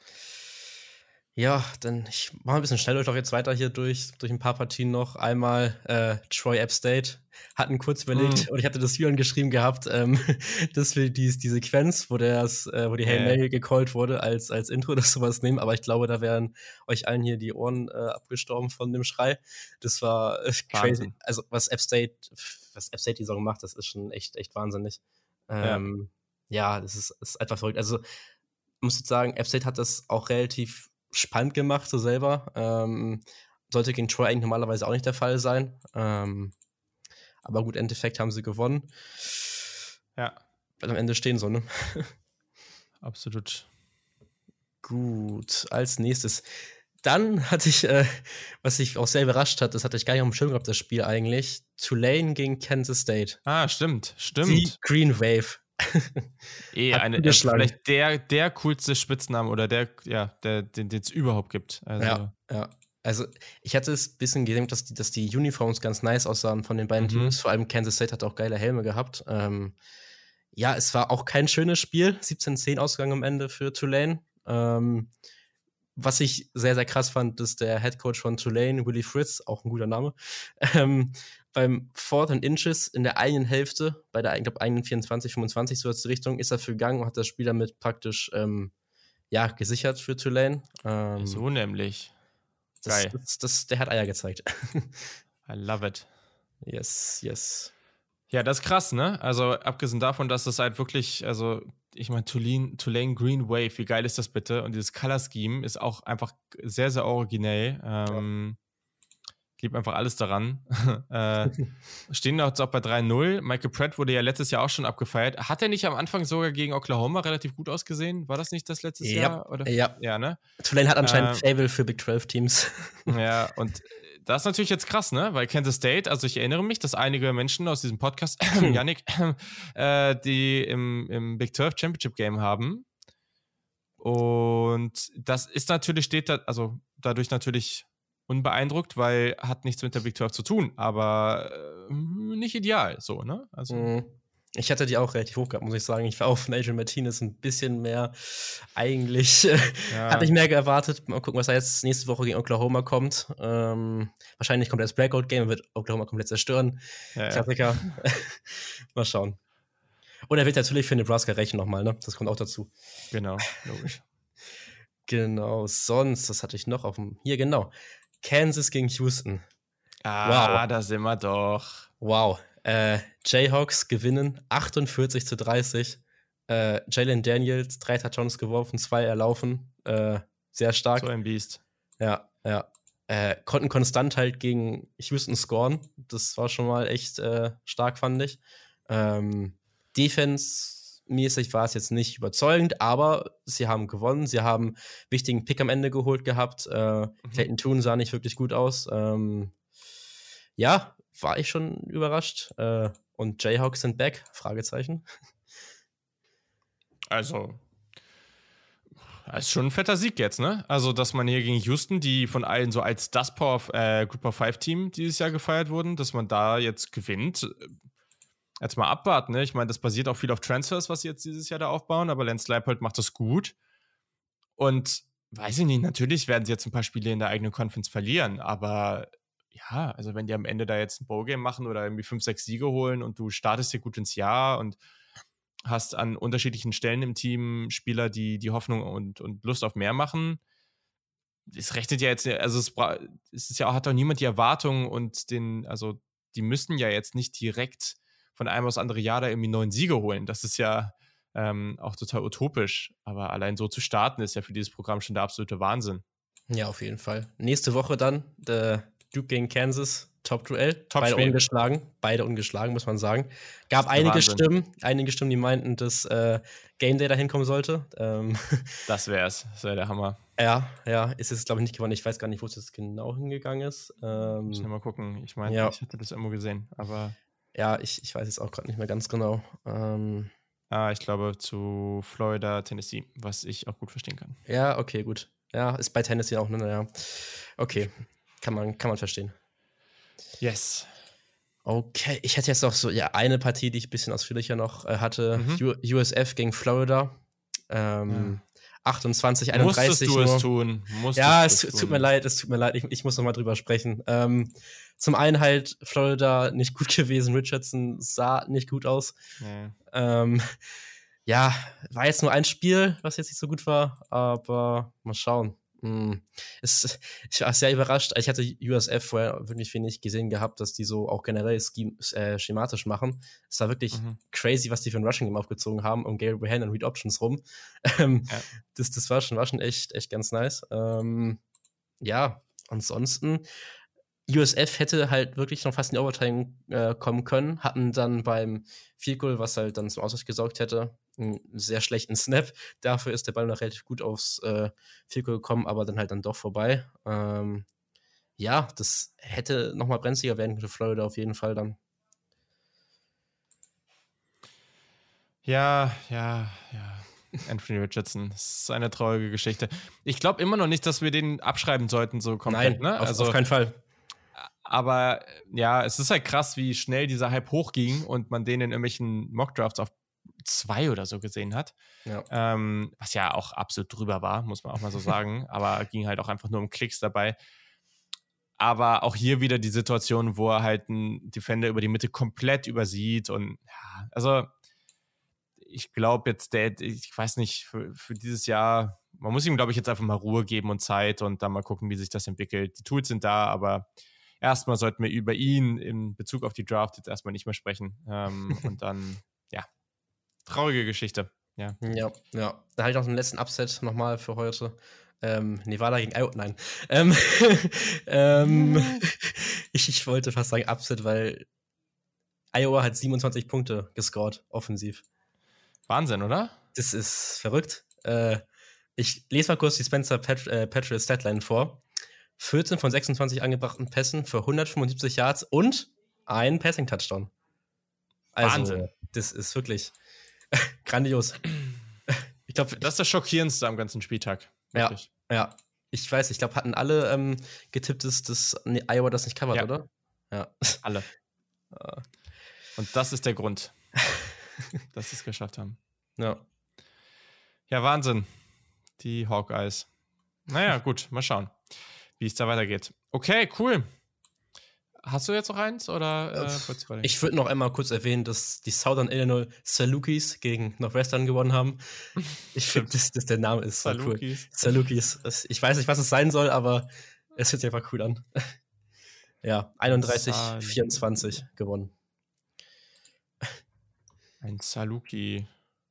Speaker 2: Ja, dann ich mache ein bisschen Schnelldurchlauf jetzt weiter hier durch ein paar Partien noch. Einmal Troy App State. Hatten kurz überlegt, und ich hatte das Julian geschrieben gehabt, dass wir die Sequenz, wo die Hail Mary gecallt wurde, als Intro das sowas nehmen, aber ich glaube, da wären euch allen hier die Ohren abgestorben von dem Schrei. Das war crazy. Also was App State die Saison macht, das ist schon echt wahnsinnig. Ja, das ist einfach verrückt. Also muss jetzt sagen, App State hat das auch relativ spannend gemacht, so selber. Sollte gegen Troy eigentlich normalerweise auch nicht der Fall sein. Aber gut, im Endeffekt haben sie gewonnen.
Speaker 1: Ja.
Speaker 2: Weil am Ende stehen so, ne?
Speaker 1: Absolut.
Speaker 2: Gut, als nächstes. Dann hatte ich, was ich auch sehr überrascht hat, das hatte ich gar nicht auf dem Schirm gehabt, das Spiel eigentlich. Tulane gegen Kansas State.
Speaker 1: Stimmt.
Speaker 2: Die Green Wave.
Speaker 1: Vielleicht der coolste Spitzname oder den es überhaupt gibt. Also.
Speaker 2: Ja. Also ich hatte es ein bisschen gesehen, dass die Uniforms ganz nice aussahen von den beiden Teams. Vor allem Kansas State hat auch geile Helme gehabt. Ja, es war auch kein schönes Spiel. 17-10 Ausgang am Ende für Tulane. Was ich sehr, sehr krass fand, ist der Headcoach von Tulane, Willie Fritz, auch ein guter Name, beim 4th and Inches in der einen Hälfte, bei der, ich glaube, 24, 25 so als Richtung, ist er für gegangen und hat das Spiel damit praktisch gesichert für Tulane.
Speaker 1: So nämlich. Geil.
Speaker 2: Der hat Eier gezeigt.
Speaker 1: I love it.
Speaker 2: Yes.
Speaker 1: Ja, das ist krass, ne? Also abgesehen davon, dass das halt wirklich, also ich meine, Tulane Green Wave, wie geil ist das bitte? Und dieses Color Scheme ist auch einfach sehr, sehr originell. Ich liebe einfach alles daran. Stehen jetzt auch bei 3-0. Michael Pratt wurde ja letztes Jahr auch schon abgefeiert. Hat er nicht am Anfang sogar gegen Oklahoma relativ gut ausgesehen? War das nicht das letztes Jahr? Oder?
Speaker 2: Ja,
Speaker 1: ne?
Speaker 2: Tulane hat anscheinend Fable für Big 12 Teams.
Speaker 1: Ja, und das ist natürlich jetzt krass, ne? Weil Kansas State, also ich erinnere mich, dass einige Menschen aus diesem Podcast, Yannick, die im Big 12 Championship Game haben. Und das ist natürlich, also dadurch natürlich unbeeindruckt, weil hat nichts mit der Big 12 zu tun, aber nicht ideal, so, ne? Also.
Speaker 2: Ich hatte die auch relativ hoch gehabt, muss ich sagen. Ich war auf Nigel Martinez ein bisschen mehr. Eigentlich hatte ich mehr erwartet. Mal gucken, was da jetzt nächste Woche gegen Oklahoma kommt. Wahrscheinlich kommt das Blackout-Game, wird Oklahoma komplett zerstören. Klassiker. Mal schauen. Und er wird natürlich für Nebraska rächen nochmal, ne? Das kommt auch dazu.
Speaker 1: Genau, logisch.
Speaker 2: Genau, sonst, was hatte ich noch auf dem. Hier, genau. Kansas gegen Houston.
Speaker 1: Wow. Da sind wir doch.
Speaker 2: Wow. Jayhawks gewinnen 48-30. Jalen Daniels 3 Touchdowns geworfen, 2 erlaufen. Sehr stark.
Speaker 1: So ein Biest.
Speaker 2: Ja. Konnten konstant halt gegen Houston scoren. Das war schon mal echt stark, fand ich. Defense-mäßig war es jetzt nicht überzeugend, aber sie haben gewonnen. Sie haben wichtigen Pick am Ende geholt gehabt. Clayton Tune sah nicht wirklich gut aus. Ja, war ich schon überrascht. Und Jayhawks sind back? Fragezeichen.
Speaker 1: Also, das ist schon ein fetter Sieg jetzt, ne? Also, dass man hier gegen Houston, die von allen so als das Group of 5 Team dieses Jahr gefeiert wurden, dass man da jetzt gewinnt. Jetzt mal abwarten, ne? Ich meine, das basiert auch viel auf Transfers, was sie jetzt dieses Jahr da aufbauen, aber Lance Leipold macht das gut. Und weiß ich nicht, natürlich werden sie jetzt ein paar Spiele in der eigenen Conference verlieren, aber ja, also wenn die am Ende da jetzt ein Bowl-Game machen oder irgendwie 5, 6 Siege holen und du startest hier gut ins Jahr und hast an unterschiedlichen Stellen im Team Spieler, die Hoffnung und Lust auf mehr machen, es rechnet ja jetzt, also es ist ja auch, hat doch niemand die Erwartung und die müssen ja jetzt nicht direkt von einem aufs andere Jahr da irgendwie 9 Siege holen. Das ist ja auch total utopisch. Aber allein so zu starten, ist ja für dieses Programm schon der absolute Wahnsinn.
Speaker 2: Ja, auf jeden Fall. Nächste Woche dann Duke gegen Kansas, Top-Duell. Beide ungeschlagen, muss man sagen. Gab einige Stimmen, die meinten, dass Game Day da hinkommen sollte.
Speaker 1: Das wäre der Hammer.
Speaker 2: Ja, ist es, glaube ich, nicht gewonnen. Ich weiß gar nicht, wo es jetzt genau hingegangen ist.
Speaker 1: Muss ich mal gucken. Ich meine, ich hatte das irgendwo gesehen, aber.
Speaker 2: Ja, ich weiß jetzt auch gerade nicht mehr ganz genau.
Speaker 1: Ich glaube zu Florida, Tennessee, was ich auch gut verstehen kann.
Speaker 2: Ja, okay, gut. Ja, ist bei Tennessee auch, ne? Naja. Okay, kann man verstehen.
Speaker 1: Yes.
Speaker 2: Okay, ich hätte jetzt noch so eine Partie, die ich ein bisschen ausführlicher noch hatte. USF gegen Florida. 28, 31.
Speaker 1: Musstest du es tun?
Speaker 2: Es tut mir leid. Ich muss noch mal drüber sprechen. Zum einen halt Florida nicht gut gewesen. Richardson sah nicht gut aus. Ja, war jetzt nur ein Spiel, was jetzt nicht so gut war, aber mal schauen. Ich war sehr überrascht. Ich hatte USF vorher wirklich wenig gesehen gehabt, dass die so auch generell schematisch machen. Es war wirklich crazy, was die für ein Rushing-Game aufgezogen haben um Gabriel Hand und Read Options rum. Das war schon echt ganz nice. Ja, ansonsten USF hätte halt wirklich noch fast in die Overtime kommen können, hatten dann beim Field Goal, was halt dann zum Ausgleich gesorgt hätte, einen sehr schlechten Snap. Dafür ist der Ball noch relativ gut aufs Field Goal gekommen, aber dann halt dann doch vorbei. Ja, das hätte nochmal brenzliger werden können für Florida auf jeden Fall dann.
Speaker 1: Ja. Anthony Richardson, das ist eine traurige Geschichte. Ich glaube immer noch nicht, dass wir den abschreiben sollten, so komplett.
Speaker 2: Nein, auf keinen Fall.
Speaker 1: Aber ja, es ist halt krass, wie schnell dieser Hype hochging und man den in irgendwelchen Mockdrafts auf 2 oder so gesehen hat.
Speaker 2: Ja.
Speaker 1: Was ja auch absolut drüber war, muss man auch mal so sagen. Aber ging halt auch einfach nur um Klicks dabei. Aber auch hier wieder die Situation, wo er halt einen Defender über die Mitte komplett übersieht. Und ja, also ich glaube jetzt, ich weiß nicht, für dieses Jahr, man muss ihm, glaube ich, jetzt einfach mal Ruhe geben und Zeit und dann mal gucken, wie sich das entwickelt. Die Tools sind da, aber erstmal sollten wir über ihn in Bezug auf die Draft jetzt erstmal nicht mehr sprechen. Und dann, ja, traurige Geschichte. Ja.
Speaker 2: Da habe ich noch den letzten Upset nochmal für heute. Nevada gegen Iowa, nein. Ich wollte fast sagen Upset, weil Iowa hat 27 Punkte gescored, offensiv.
Speaker 1: Wahnsinn, oder?
Speaker 2: Das ist verrückt. Ich lese mal kurz die Spencer Patriot Statline vor. 14 von 26 angebrachten Pässen für 175 Yards und ein Passing-Touchdown. Also,
Speaker 1: Wahnsinn.
Speaker 2: Das ist wirklich grandios. Ich glaube,
Speaker 1: das ist das Schockierendste am ganzen Spieltag.
Speaker 2: Wirklich. Ja. Ich weiß, ich glaube, hatten alle getippt, dass Iowa das nicht covert, oder?
Speaker 1: Ja. Alle. Und das ist der Grund, dass sie es geschafft haben.
Speaker 2: Ja.
Speaker 1: Ja, Wahnsinn. Die Hawkeyes. Naja, gut, mal schauen, wie es da weitergeht. Okay, cool. Hast du jetzt noch eins? Oder
Speaker 2: ich würde noch einmal kurz erwähnen, dass die Southern Illinois Salukis gegen Northwestern gewonnen haben. Ich finde, dass der Name ist so cool. Salukis. Ich weiß nicht, was es sein soll, aber es hört sich einfach cool an. Ja, 31-24 gewonnen.
Speaker 1: Ein Saluki.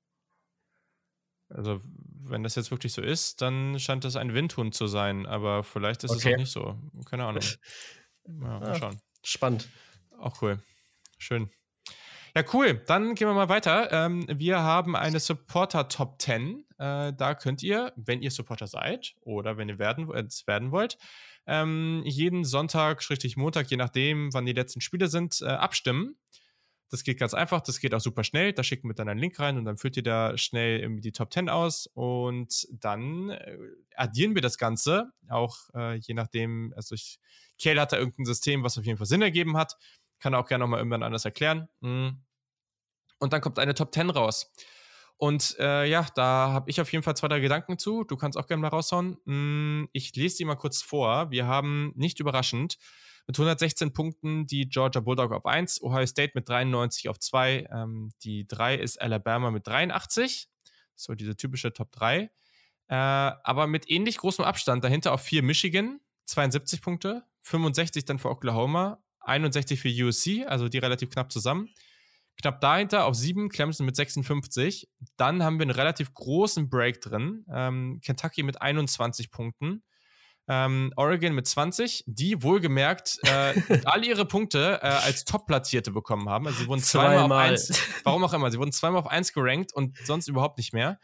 Speaker 1: Also, wenn das jetzt wirklich so ist, dann scheint das ein Windhund zu sein, aber vielleicht ist es auch nicht so. Keine Ahnung. Ja, mal schauen.
Speaker 2: Spannend.
Speaker 1: Auch cool. Schön. Ja, cool. Dann gehen wir mal weiter. Wir haben eine Supporter Top 10. Da könnt ihr, wenn ihr Supporter seid oder wenn ihr werden wollt, jeden Sonntag, Montag, je nachdem, wann die letzten Spiele sind, abstimmen. Das geht ganz einfach, das geht auch super schnell. Da schicken wir dann einen Link rein und dann führt ihr da schnell irgendwie die Top 10 aus und dann addieren wir das Ganze, auch je nachdem, also Kiel hat da irgendein System, was auf jeden Fall Sinn ergeben hat, kann auch gerne nochmal irgendwann anders erklären. Und dann kommt eine Top 10 raus. Und da habe ich auf jeden Fall 2, 3 Gedanken zu. Du kannst auch gerne mal raushauen. Ich lese die mal kurz vor. Wir haben, nicht überraschend, mit 116 Punkten die Georgia Bulldog auf 1, Ohio State mit 93 auf 2, die 3 ist Alabama mit 83, so diese typische Top 3, aber mit ähnlich großem Abstand dahinter auf 4 Michigan, 72 Punkte, 65 dann für Oklahoma, 61 für USC, also die relativ knapp zusammen. Knapp dahinter auf 7 Clemson mit 56. Dann haben wir einen relativ großen Break drin. Kentucky mit 21 Punkten. Oregon mit 20, die wohlgemerkt all ihre Punkte als Top-Platzierte bekommen haben. Also sie wurden zweimal auf 1, warum auch immer, sie wurden zweimal auf 1 gerankt und sonst überhaupt nicht mehr.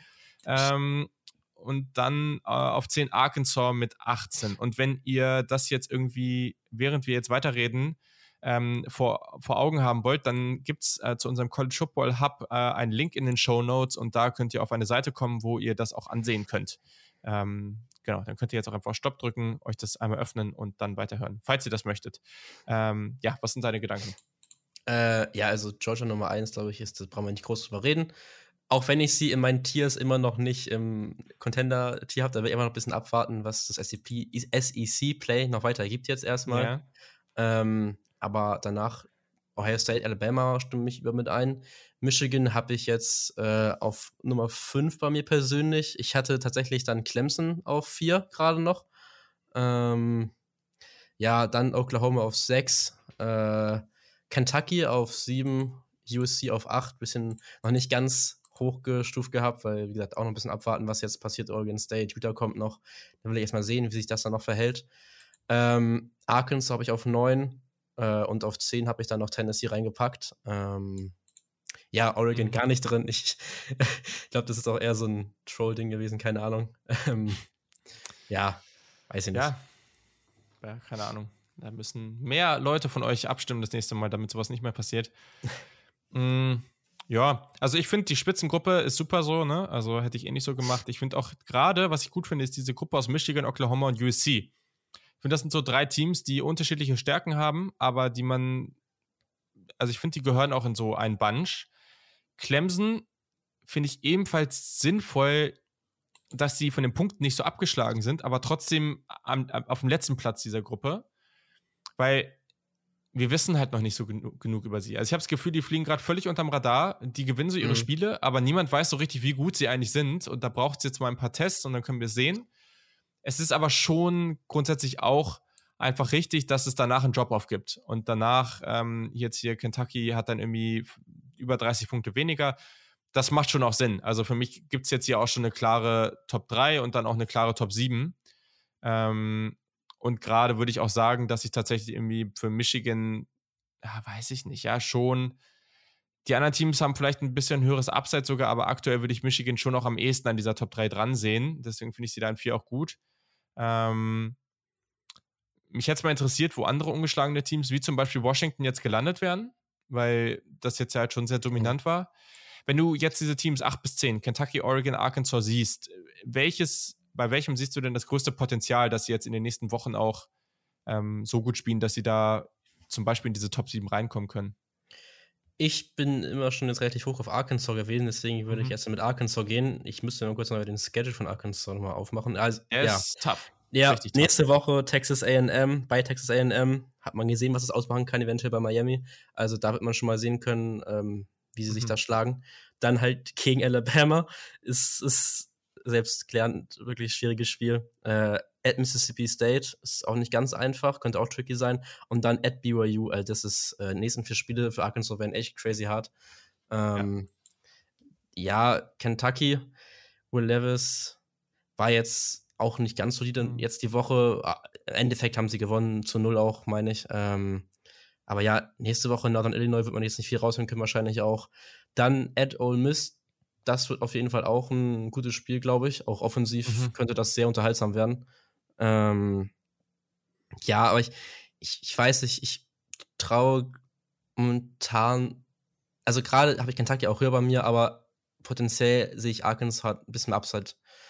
Speaker 1: Und dann auf 10 Arkansas mit 18. Und wenn ihr das jetzt irgendwie, während wir jetzt weiterreden, vor Augen haben wollt, dann gibt es zu unserem College Football Hub einen Link in den Shownotes und da könnt ihr auf eine Seite kommen, wo ihr das auch ansehen könnt. Genau, dann könnt ihr jetzt auch einfach Stopp drücken, euch das einmal öffnen und dann weiterhören, falls ihr das möchtet. Was sind deine Gedanken?
Speaker 2: Also Georgia Nummer 1, glaube ich, da brauchen wir nicht groß drüber reden. Auch wenn ich sie in meinen Tiers immer noch nicht im Contender-Tier habe, da will ich immer noch ein bisschen abwarten, was das SEC-Play noch weiter gibt jetzt erstmal. Ja. Aber danach Ohio State, Alabama stimme ich über mit ein. Michigan habe ich jetzt auf Nummer 5 bei mir persönlich. Ich hatte tatsächlich dann Clemson auf 4 gerade noch. Dann Oklahoma auf 6. Kentucky auf 7. USC auf 8. Bisschen noch nicht ganz hochgestuft gehabt, weil, wie gesagt, auch noch ein bisschen abwarten, was jetzt passiert. Oregon State, Utah kommt noch. Da will ich erstmal sehen, wie sich das dann noch verhält. Arkansas habe ich auf 9. Und auf 10 habe ich dann noch Tennessee reingepackt. Oregon gar nicht drin. Ich glaube, das ist auch eher so ein Troll-Ding gewesen, keine Ahnung. Weiß ich nicht.
Speaker 1: Ja, keine Ahnung. Da müssen mehr Leute von euch abstimmen das nächste Mal, damit sowas nicht mehr passiert. Also ich finde, die Spitzengruppe ist super so, ne? Also hätte ich nicht so gemacht. Ich finde auch gerade, was ich gut finde, ist diese Gruppe aus Michigan, Oklahoma und USC. Ich finde, das sind so 3 Teams, die unterschiedliche Stärken haben, aber ich finde, die gehören auch in so einen Bunch. Clemson finde ich ebenfalls sinnvoll, dass sie von den Punkten nicht so abgeschlagen sind, aber trotzdem auf dem letzten Platz dieser Gruppe, weil wir wissen halt noch nicht so genug über sie. Also ich habe das Gefühl, die fliegen gerade völlig unterm Radar, die gewinnen so ihre Spiele, aber niemand weiß so richtig, wie gut sie eigentlich sind und da braucht es jetzt mal ein paar Tests und dann können wir es sehen. Es ist aber schon grundsätzlich auch einfach richtig, dass es danach einen Drop-Off gibt. Und danach, jetzt hier Kentucky hat dann irgendwie über 30 Punkte weniger. Das macht schon auch Sinn. Also für mich gibt es jetzt hier auch schon eine klare Top 3 und dann auch eine klare Top 7. Und gerade würde ich auch sagen, dass ich tatsächlich irgendwie für Michigan, ja, weiß ich nicht, ja, schon. Die anderen Teams haben vielleicht ein bisschen höheres Upside sogar, aber aktuell würde ich Michigan schon auch am ehesten an dieser Top 3 dran sehen. Deswegen finde ich sie da in 4 auch gut. Mich hätte es mal interessiert, wo andere ungeschlagene Teams, wie zum Beispiel Washington, jetzt gelandet werden, weil das jetzt ja halt schon sehr dominant war. Wenn du jetzt diese Teams 8 bis 10, Kentucky, Oregon, Arkansas siehst, bei welchem siehst du denn das größte Potenzial, dass sie jetzt in den nächsten Wochen auch so gut spielen, dass sie da zum Beispiel in diese Top 7 reinkommen können?
Speaker 2: Ich bin immer schon jetzt relativ hoch auf Arkansas gewesen, deswegen würde ich jetzt mit Arkansas gehen. Ich müsste mal kurz noch den Schedule von Arkansas nochmal aufmachen. Also,
Speaker 1: Ist tough.
Speaker 2: Ja,
Speaker 1: Richtig
Speaker 2: nächste Woche Texas A&M. Bei Texas A&M hat man gesehen, was es ausmachen kann, eventuell bei Miami. Also da wird man schon mal sehen können, wie sie sich da schlagen. Dann halt gegen Alabama ist selbstklärend wirklich schwieriges Spiel. At Mississippi State ist auch nicht ganz einfach, könnte auch tricky sein. Und dann at BYU, das ist nächsten 4 Spiele für Arkansas werden echt crazy hart. Kentucky, Will Levis war jetzt auch nicht ganz solide jetzt die Woche. Im Endeffekt haben sie gewonnen, zu 0 auch, meine ich. Aber ja, nächste Woche in Northern Illinois wird man jetzt nicht viel rausholen können, wahrscheinlich auch. Dann at Ole Miss, das wird auf jeden Fall auch ein gutes Spiel, glaube ich. Auch offensiv könnte das sehr unterhaltsam werden. Aber ich weiß nicht, ich traue momentan, also gerade habe ich Kentucky auch höher bei mir, aber potenziell sehe ich Arkansas ein bisschen Upside.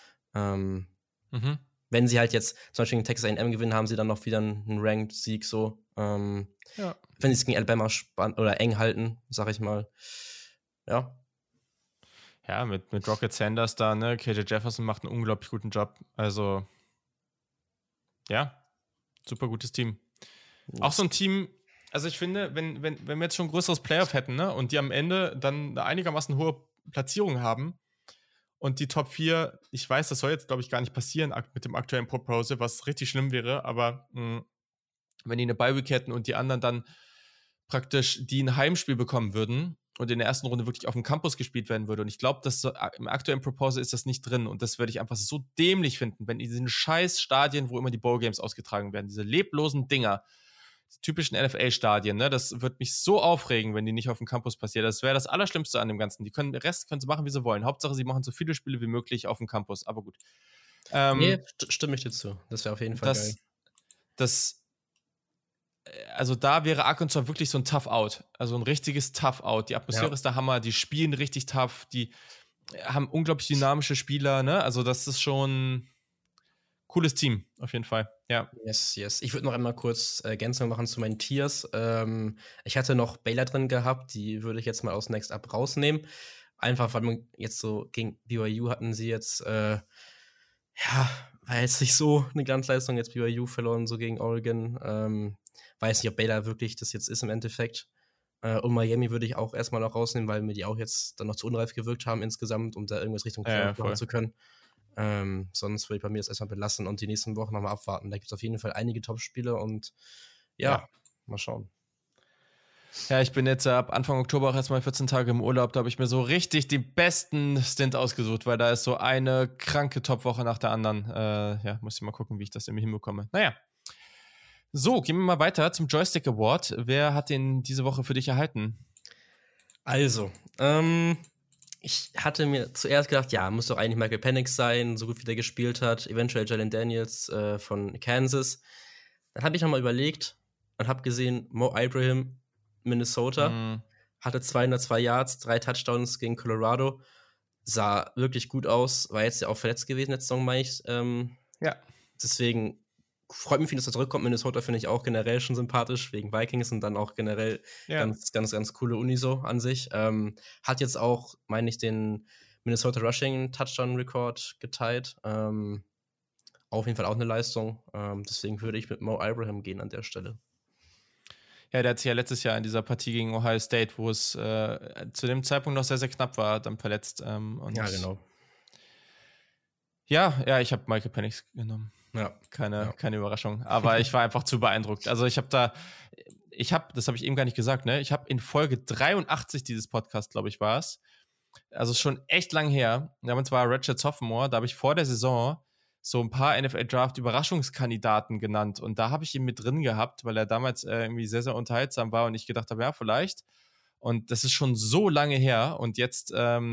Speaker 2: Wenn sie halt jetzt zum Beispiel gegen Texas A&M gewinnen, haben sie dann noch wieder einen Ranked-Sieg so. Wenn sie es gegen Alabama spannend oder eng halten, sag ich mal. Ja.
Speaker 1: Ja, mit Rocket Sanders da, ne? KJ Jefferson macht einen unglaublich guten Job. Also, ja, super gutes Team. Yes. Auch so ein Team, also ich finde, wenn wir jetzt schon ein größeres Playoff hätten, ne? Und die am Ende dann eine einigermaßen hohe Platzierung haben und die Top 4, ich weiß, das soll jetzt, glaube ich, gar nicht passieren mit dem aktuellen Proposal, was richtig schlimm wäre, aber wenn die eine Bye-Week hätten und die anderen dann praktisch die ein Heimspiel bekommen würden und in der ersten Runde wirklich auf dem Campus gespielt werden würde. Und ich glaube, dass im aktuellen Proposal ist das nicht drin. Und das würde ich einfach so dämlich finden, wenn in diesen scheiß Stadien, wo immer die Bowl-Games ausgetragen werden, diese leblosen Dinger, die typischen NFL-Stadien, ne, das wird mich so aufregen, wenn die nicht auf dem Campus passieren. Das wäre das Allerschlimmste an dem Ganzen. Den Rest können sie machen, wie sie wollen. Hauptsache, sie machen so viele Spiele wie möglich auf dem Campus. Aber gut.
Speaker 2: Stimme ich dir zu. Das wäre auf jeden Fall geil.
Speaker 1: Also da wäre Arkansas wirklich so ein Tough-Out. Also ein richtiges Tough-Out. Die Atmosphäre ist der Hammer, die spielen richtig tough, die haben unglaublich dynamische Spieler, ne? Also das ist schon ein cooles Team, auf jeden Fall. Ja.
Speaker 2: Yes. Ich würde noch einmal kurz Ergänzung machen zu meinen Tiers. Ich hatte noch Baylor drin gehabt, die würde ich jetzt mal aus Next Up rausnehmen. Einfach, weil man jetzt so gegen BYU hatten sie jetzt war jetzt nicht so eine Glanzleistung, jetzt BYU verloren, so gegen Oregon. Weiß nicht, ob Baylor wirklich das jetzt ist im Endeffekt. Und Miami würde ich auch erstmal noch rausnehmen, weil mir die auch jetzt dann noch zu unreif gewirkt haben insgesamt, um da irgendwas Richtung machen zu können. Sonst würde ich bei mir das erstmal belassen und die nächsten Wochen nochmal abwarten. Da gibt es auf jeden Fall einige Top-Spiele und mal schauen.
Speaker 1: Ja, ich bin jetzt ab Anfang Oktober auch erstmal 14 Tage im Urlaub. Da habe ich mir so richtig den besten Stint ausgesucht, weil da ist so eine kranke Top-Woche nach der anderen. Muss ich mal gucken, wie ich das irgendwie hinbekomme. Naja. So, gehen wir mal weiter zum Joystick Award. Wer hat den diese Woche für dich erhalten?
Speaker 2: Also, ich hatte mir zuerst gedacht, muss doch eigentlich Michael Penix sein, so gut wie der gespielt hat. Eventuell Jalen Daniels von Kansas. Dann habe ich nochmal überlegt und habe gesehen, Mo Ibrahim, Minnesota, hatte 202 Yards, 3 Touchdowns gegen Colorado. Sah wirklich gut aus. War jetzt ja auch verletzt gewesen, letzte Saison, meine ich. Deswegen freut mich, dass er zurückkommt. Minnesota finde ich auch generell schon sympathisch, wegen Vikings und dann auch generell ganz, ganz, ganz coole Uni so an sich. Hat jetzt auch, meine ich, den Minnesota Rushing Touchdown-Rekord geteilt. Auf jeden Fall auch eine Leistung. Deswegen würde ich mit Mo Ibrahim gehen an der Stelle.
Speaker 1: Ja, der hat sich ja letztes Jahr in dieser Partie gegen Ohio State, wo es zu dem Zeitpunkt noch sehr, sehr knapp war, dann verletzt.
Speaker 2: Ja, genau.
Speaker 1: Ja, ich habe Michael Penix genommen.
Speaker 2: Ja.
Speaker 1: Keine Überraschung. Aber ich war einfach zu beeindruckt. Also das habe ich eben gar nicht gesagt, ne? Ich habe in Folge 83 dieses Podcasts, glaube ich, war es, also schon echt lang her, damals war Ratchet Sophomore, da habe ich vor der Saison so ein paar NFL-Draft-Überraschungskandidaten genannt und da habe ich ihn mit drin gehabt, weil er damals irgendwie sehr, sehr unterhaltsam war und ich gedacht habe, ja, vielleicht. Und das ist schon so lange her und jetzt,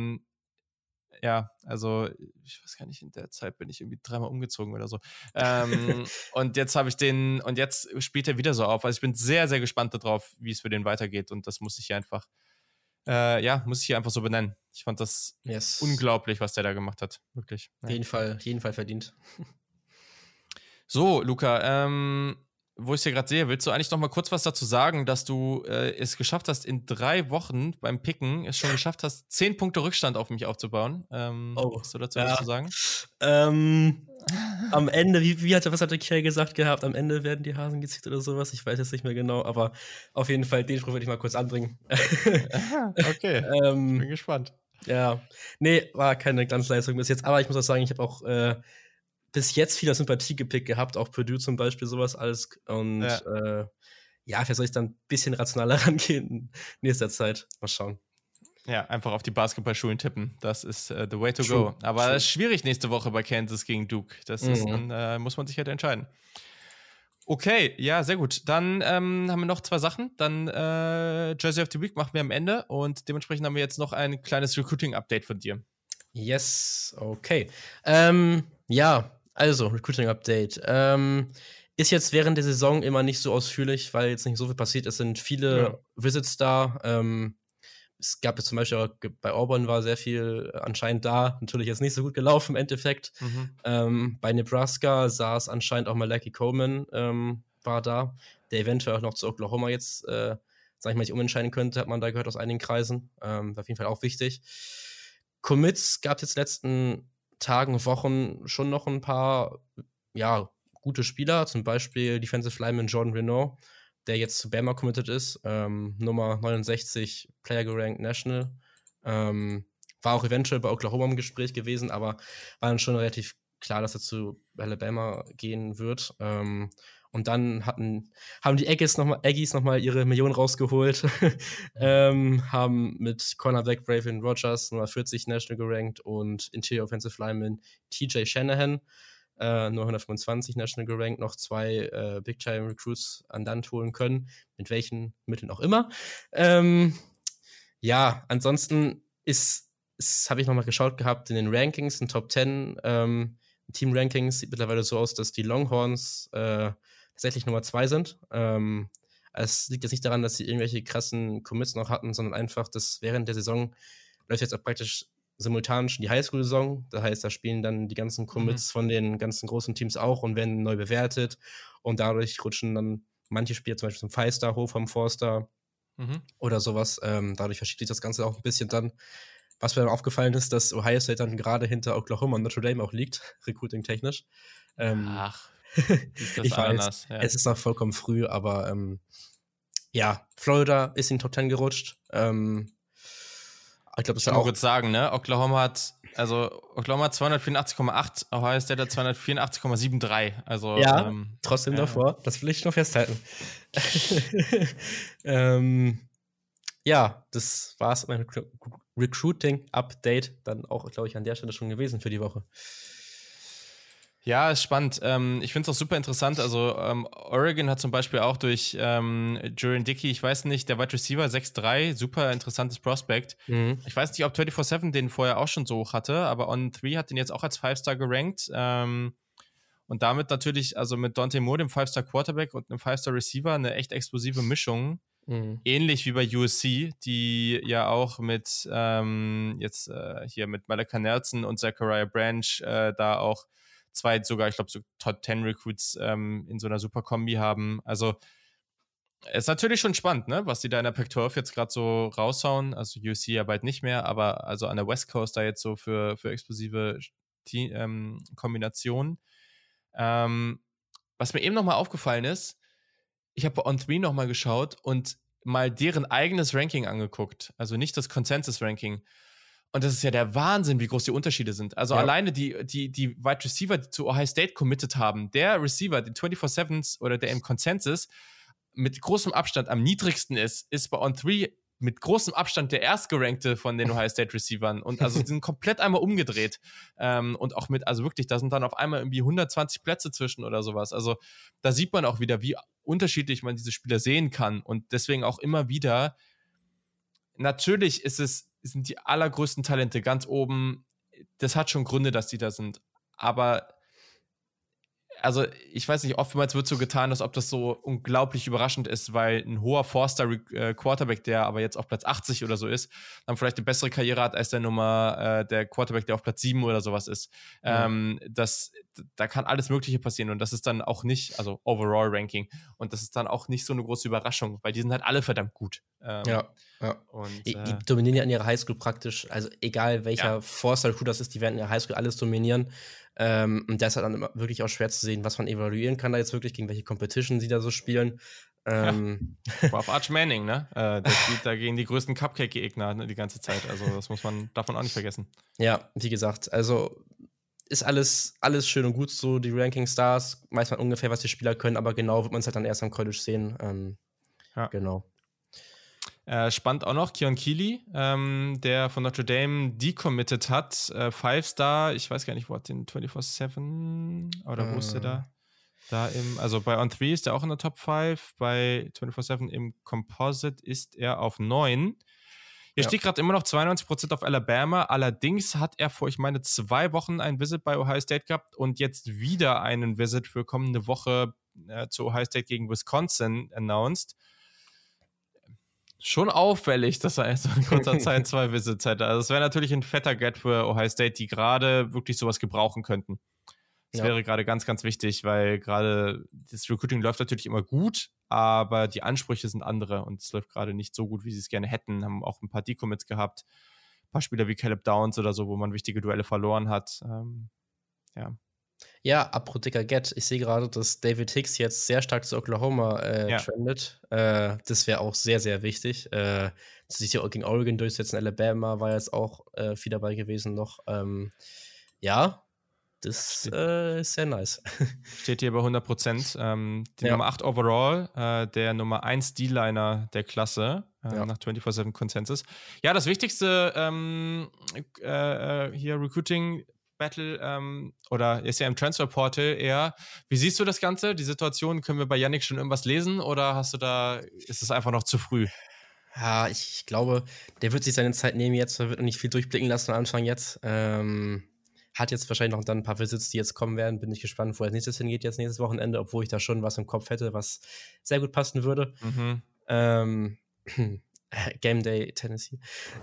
Speaker 1: also ich weiß gar nicht, in der Zeit bin ich irgendwie 3-mal umgezogen oder so. Und jetzt und jetzt spielt er wieder so auf. Also ich bin sehr, sehr gespannt darauf, wie es für den weitergeht und das muss ich hier einfach so benennen. Ich fand das unglaublich, was der da gemacht hat. Wirklich.
Speaker 2: Ja. Jeden Fall verdient.
Speaker 1: So, Luca, wo ich es hier gerade sehe, willst du eigentlich noch mal kurz was dazu sagen, dass du es geschafft hast, in 3 Wochen beim Picken es schon geschafft hast, 10 Punkte Rückstand auf mich aufzubauen? Was du dazu was zu sagen?
Speaker 2: Am Ende, was hatte Kay gesagt gehabt? Am Ende werden die Hasen gezählt oder sowas. Ich weiß jetzt nicht mehr genau, aber auf jeden Fall, den Spruch würde ich mal kurz anbringen.
Speaker 1: Okay, bin gespannt.
Speaker 2: Ja, nee, war keine Glanzleistung bis jetzt, aber ich muss auch sagen, ich habe auch bis jetzt viel Sympathie gepickt gehabt, auch Purdue zum Beispiel, sowas alles. Und vielleicht soll ich dann ein bisschen rationaler rangehen in nächster Zeit. Mal schauen.
Speaker 1: Ja, einfach auf die Basketballschulen tippen. Das ist the way to go. Aber es ist schwierig nächste Woche bei Kansas gegen Duke. Das ist dann, muss man sich halt entscheiden. Okay, ja, sehr gut. Dann haben wir noch 2 Sachen. Dann Jersey of the Week machen wir am Ende und dementsprechend haben wir jetzt noch ein kleines Recruiting-Update von dir.
Speaker 2: Yes, okay. Also Recruiting-Update. Ist jetzt während der Saison immer nicht so ausführlich, weil jetzt nicht so viel passiert. Es sind viele Visits da. Es gab jetzt zum Beispiel auch, bei Auburn war sehr viel anscheinend da. Natürlich jetzt nicht so gut gelaufen im Endeffekt. Bei Nebraska saß anscheinend auch Malachi Coleman, war da, der eventuell auch noch zu Oklahoma jetzt, sag ich mal, sich umentscheiden könnte, hat man da gehört aus einigen Kreisen. War auf jeden Fall auch wichtig. Commits gab es jetzt letzten Tagen, Wochen schon noch ein paar, gute Spieler, zum Beispiel Defensive Lineman Jordan Renaud, der jetzt zu Bama committed ist, Nummer 69, Player gerankt National. War auch eventuell bei Oklahoma im Gespräch gewesen, aber war dann schon relativ klar, dass er zu Alabama gehen wird. Und dann haben die Aggies nochmal ihre Millionen rausgeholt, haben mit Cornerback Braven Rogers Nummer 40 National gerankt und Interior Offensive Lineman TJ Shanahan nur 125 National gerankt, noch 2 Big-Time-Recruits an Land holen können, mit welchen Mitteln auch immer. Ansonsten habe ich nochmal geschaut gehabt in den Rankings, in Top 10 Team-Rankings, sieht mittlerweile so aus, dass die Longhorns tatsächlich Nummer 2 sind. Es liegt jetzt nicht daran, dass sie irgendwelche krassen Commits noch hatten, sondern einfach, dass während der Saison läuft jetzt auch praktisch simultan schon die Highschool-Saison. Das heißt, da spielen dann die ganzen Commits von den ganzen großen Teams auch und werden neu bewertet. Und dadurch rutschen dann manche Spieler zum Beispiel zum 5-Star hoch vom 4-Star oder sowas. Dadurch verschiebt sich das Ganze auch ein bisschen dann. Was mir dann aufgefallen ist, dass Ohio State dann gerade hinter Oklahoma und Notre Dame auch liegt, recruiting-technisch. Ich weiß, es ist noch vollkommen früh, aber Florida ist in die Top 10 gerutscht. Ich glaube, das
Speaker 1: kann auch kurz sagen, ne? Oklahoma hat 284,8, Ohio State hat 284,73. Also
Speaker 2: trotzdem davor. Das will ich noch festhalten. Das war's mit meinem Recruiting-Update. Dann auch, glaube ich, an der Stelle schon gewesen für die Woche.
Speaker 1: Ja, ist spannend. Ich finde es auch super interessant. Also Oregon hat zum Beispiel auch durch Jurien Dickey, ich weiß nicht, der Wide Receiver 6'3", super interessantes Prospect. Ich weiß nicht, ob 24/7 den vorher auch schon so hoch hatte, aber On3 hat den jetzt auch als 5-Star gerankt. Und damit natürlich, also mit Dante Moore, dem 5-Star Quarterback und einem 5-Star Receiver, eine echt explosive Mischung. Ähnlich wie bei USC, die ja auch mit hier mit Malaka Nelson und Zachariah Branch da auch 2 sogar, ich glaube, so Top 10 Recruits in so einer super Kombi haben. Also ist natürlich schon spannend, ne, was die da in der Pac-12 jetzt gerade so raushauen. Also USC ja bald nicht mehr, aber also an der West Coast da jetzt so für explosive Kombinationen. Was mir eben nochmal aufgefallen ist, ich habe bei On3 nochmal geschaut und mal deren eigenes Ranking angeguckt. Also nicht das Consensus-Ranking. Und das ist ja der Wahnsinn, wie groß die Unterschiede sind. Also alleine die Wide Receiver, die zu Ohio State committed haben, der Receiver, den 24/7 oder der im Consensus mit großem Abstand am niedrigsten ist bei On3 mit großem Abstand der Erstgerankte von den Ohio State Receivern. Und also die sind komplett einmal umgedreht. Und auch also wirklich, da sind dann auf einmal irgendwie 120 Plätze zwischen oder sowas. Also da sieht man auch wieder, wie unterschiedlich man diese Spieler sehen kann. Und deswegen auch immer wieder, natürlich sind die allergrößten Talente ganz oben. Das hat schon Gründe, dass die da sind. Aber also ich weiß nicht, oftmals wird so getan, als ob das so unglaublich überraschend ist, weil ein hoher Four-Star-Quarterback, der aber jetzt auf Platz 80 oder so ist, dann vielleicht eine bessere Karriere hat als der Quarterback, der auf Platz 7 oder sowas ist. Ja. Da kann alles Mögliche passieren und das ist dann auch nicht, also Overall-Ranking, und das ist dann auch nicht so eine große Überraschung, weil die sind halt alle verdammt gut.
Speaker 2: Ja. Und, die dominieren ja in ihrer Highschool praktisch, also egal welcher Four-Star-Recruiter das ist, die werden in der Highschool alles dominieren. Und da ist halt dann immer wirklich auch schwer zu sehen, was man evaluieren kann da jetzt wirklich, gegen welche Competition sie da so spielen.
Speaker 1: Auf Arch Manning, ne? Der spielt da gegen die größten Cupcake-Gegner, ne, die ganze Zeit. Also das darf man auch nicht vergessen.
Speaker 2: Ja, wie gesagt, also ist alles schön und gut so, die Ranking-Stars, weiß man ungefähr, was die Spieler können, aber genau wird man es halt dann erst am College sehen. Genau.
Speaker 1: Spannend auch noch, Keon Keeley, der von Notre Dame decommitted hat. 5-Star, ich weiß gar nicht, wo hat den 24/7 oder wo ist der da? Also bei On3 ist er auch in der Top 5, bei 24/7 im Composite ist er auf 9. Hier steht gerade immer noch 92% auf Alabama, allerdings hat er vor, ich meine, 2 Wochen ein Visit bei Ohio State gehabt und jetzt wieder einen Visit für kommende Woche zu Ohio State gegen Wisconsin announced. Schon auffällig, dass er erst in kurzer Zeit 2 Visits hätte. Also es wäre natürlich ein fetter Get für Ohio State, die gerade wirklich sowas gebrauchen könnten. Das wäre gerade ganz, ganz wichtig, weil gerade das Recruiting läuft natürlich immer gut, aber die Ansprüche sind andere und es läuft gerade nicht so gut, wie sie es gerne hätten. Haben auch ein paar Decommits gehabt, ein paar Spieler wie Caleb Downs oder so, wo man wichtige Duelle verloren hat.
Speaker 2: Ja, apropos dicker Get, ich sehe gerade, dass David Hicks jetzt sehr stark zu Oklahoma trendet. Das wäre auch sehr, sehr wichtig. Sich ja gegen Oregon durchsetzen, Alabama war jetzt auch viel dabei gewesen noch. Das ist sehr nice.
Speaker 1: Steht hier bei 100%. Die Nummer 8 overall, der Nummer 1 D-Liner der Klasse, nach 24/7 Consensus. Ja, das Wichtigste hier Recruiting Battle, oder ist ja im Transferportal eher. Wie siehst du das Ganze? Die Situation, können wir bei Yannick schon irgendwas lesen oder ist es einfach noch zu früh?
Speaker 2: Ja, ich glaube, der wird sich seine Zeit nehmen jetzt, wird noch nicht viel durchblicken lassen am Anfang jetzt. Hat jetzt wahrscheinlich noch dann ein paar Visits, die jetzt kommen werden. Bin ich gespannt, wo als nächstes hingeht, jetzt nächstes Wochenende, obwohl ich da schon was im Kopf hätte, was sehr gut passen würde. Game Day Tennessee.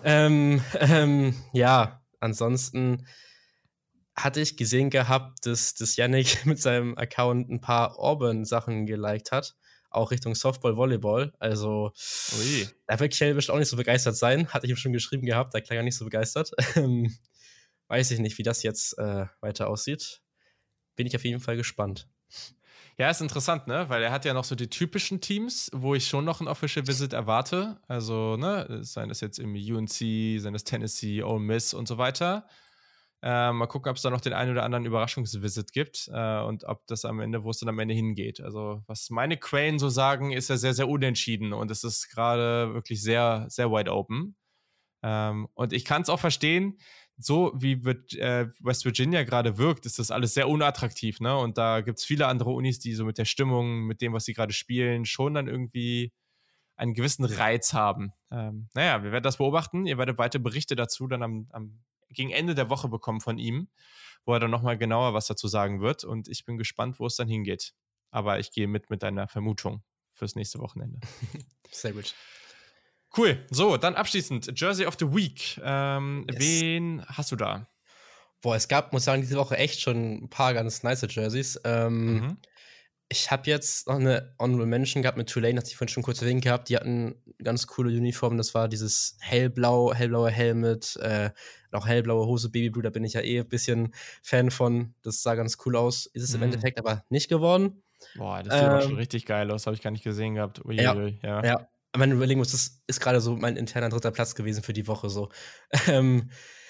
Speaker 2: Ansonsten hatte ich gesehen gehabt, dass Yannick mit seinem Account ein paar Auburn-Sachen geliked hat. Auch Richtung Softball, Volleyball. Also, da wird Kjell bestimmt auch nicht so begeistert sein. Hatte ich ihm schon geschrieben gehabt, da klang er nicht so begeistert. Weiß ich nicht, wie das jetzt weiter aussieht. Bin ich auf jeden Fall gespannt.
Speaker 1: Ja, ist interessant, ne? Weil er hat ja noch so die typischen Teams, wo ich schon noch ein Official Visit erwarte. Also, ne, seien das jetzt irgendwie UNC, seien das Tennessee, Ole Miss und so weiter. Mal gucken, ob es da noch den einen oder anderen Überraschungsvisit gibt und ob das wo es dann am Ende hingeht. Also, was meine Quellen so sagen, ist ja sehr, sehr unentschieden und es ist gerade wirklich sehr, sehr wide open. Und ich kann es auch verstehen, so wie West Virginia gerade wirkt, ist das alles sehr unattraktiv, ne? Und da gibt es viele andere Unis, die so mit der Stimmung, mit dem, was sie gerade spielen, schon dann irgendwie einen gewissen Reiz haben. Wir werden das beobachten. Ihr werdet weitere Berichte dazu dann gegen Ende der Woche bekommen von ihm, wo er dann nochmal genauer was dazu sagen wird. Und ich bin gespannt, wo es dann hingeht. Aber ich gehe mit deiner Vermutung fürs nächste Wochenende.
Speaker 2: Sehr gut.
Speaker 1: Cool. So, dann abschließend Jersey of the Week. Wen hast du da?
Speaker 2: Boah, es gab, muss ich sagen, diese Woche echt schon ein paar ganz nice Jerseys. Ich habe jetzt noch eine Honorable Mention gehabt mit Tulane, hatte ich vorhin schon kurz erwähnt gehabt. Die hatten ganz coole Uniformen. Das war dieses hellblaue Helmet, auch hellblaue Hose, Babyblue. Da bin ich ja ein bisschen Fan von. Das sah ganz cool aus. Ist es im Endeffekt aber nicht geworden.
Speaker 1: Boah, das sieht aber schon richtig geil aus. Habe ich gar nicht gesehen gehabt.
Speaker 2: Ja. Meine Überlegung ist, das ist gerade so mein interner 3. Platz gewesen für die Woche. So.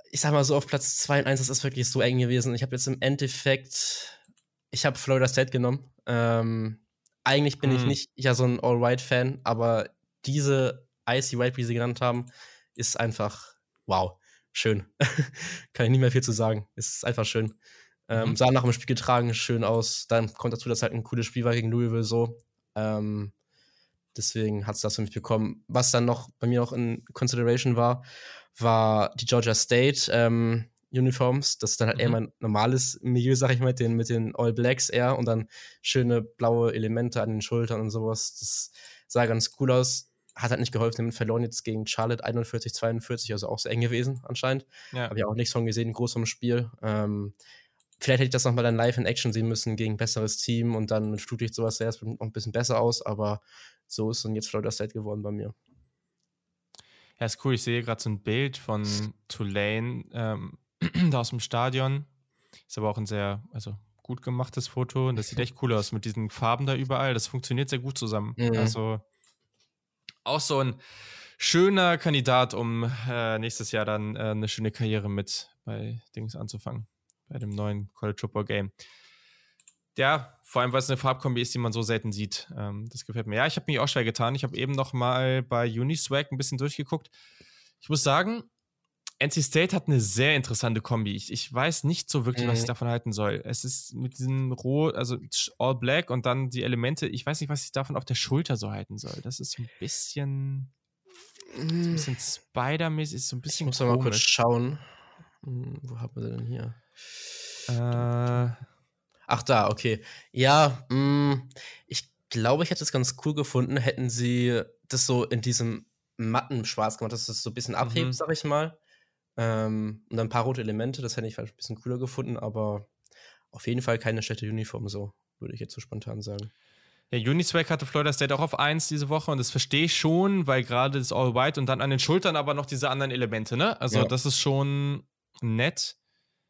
Speaker 2: ich sag mal so, auf Platz 2 und 1, das ist wirklich so eng gewesen. Ich habe jetzt im Endeffekt, ich habe Florida State genommen. Eigentlich bin ich nicht so ein All-White-Fan, aber diese Icy White, wie sie genannt haben, ist einfach, wow, schön. Kann ich nicht mehr viel zu sagen. Ist einfach schön. Sah nach dem Spiel getragen, schön aus. Dann kommt dazu, dass halt ein cooles Spiel war gegen Louisville so. Deswegen hat es das für mich bekommen. Was dann noch bei mir noch in Consideration war die Georgia State Uniforms. Das ist dann halt eher mein normales Milieu, sag ich mal, mit den All Blacks eher und dann schöne blaue Elemente an den Schultern und sowas. Das sah ganz cool aus. Hat halt nicht geholfen, damit verloren jetzt gegen Charlotte 41-42, also auch sehr eng gewesen anscheinend. Ja. Habe ich auch nichts von gesehen, groß vom Spiel. Vielleicht hätte ich das nochmal dann live in Action sehen müssen gegen ein besseres Team und dann mit Flutlicht sowas sah es noch ein bisschen besser aus, aber so ist dann jetzt Florida State geworden bei mir.
Speaker 1: Ja, ist cool. Ich sehe gerade so ein Bild von Tulane da aus dem Stadion. Ist aber auch ein sehr gut gemachtes Foto und das sieht echt cool aus mit diesen Farben da überall. Das funktioniert sehr gut zusammen. Also auch so ein schöner Kandidat, um nächstes Jahr dann eine schöne Karriere mit bei Dings anzufangen, bei dem neuen College Football Game. Ja, vor allem, weil es eine Farbkombi ist, die man so selten sieht. Das gefällt mir. Ja, ich habe mich auch schwer getan. Ich habe eben noch mal bei Uniswag ein bisschen durchgeguckt. Ich muss sagen, NC State hat eine sehr interessante Kombi. Ich weiß nicht so wirklich, was ich davon halten soll. Es ist mit diesem All Black und dann die Elemente, ich weiß nicht, was ich davon auf der Schulter so halten soll. Das ist so ein bisschen Spider-mäßig, ist so ein bisschen
Speaker 2: komisch. Ich muss mal kurz schauen. Wo haben wir denn hier? Ach, da, okay. Ja, ich glaube, ich hätte es ganz cool gefunden, hätten sie das so in diesem matten Schwarz gemacht, dass es so ein bisschen abhebt, sag ich mal. Und dann ein paar rote Elemente, das hätte ich vielleicht ein bisschen cooler gefunden, aber auf jeden Fall keine schlechte Uniform, so würde ich jetzt so spontan sagen.
Speaker 1: Ja, Uniswag hatte Florida State auch auf 1 diese Woche und das verstehe ich schon, weil gerade das All White und dann an den Schultern aber noch diese anderen Elemente, ne? Also das ist schon nett.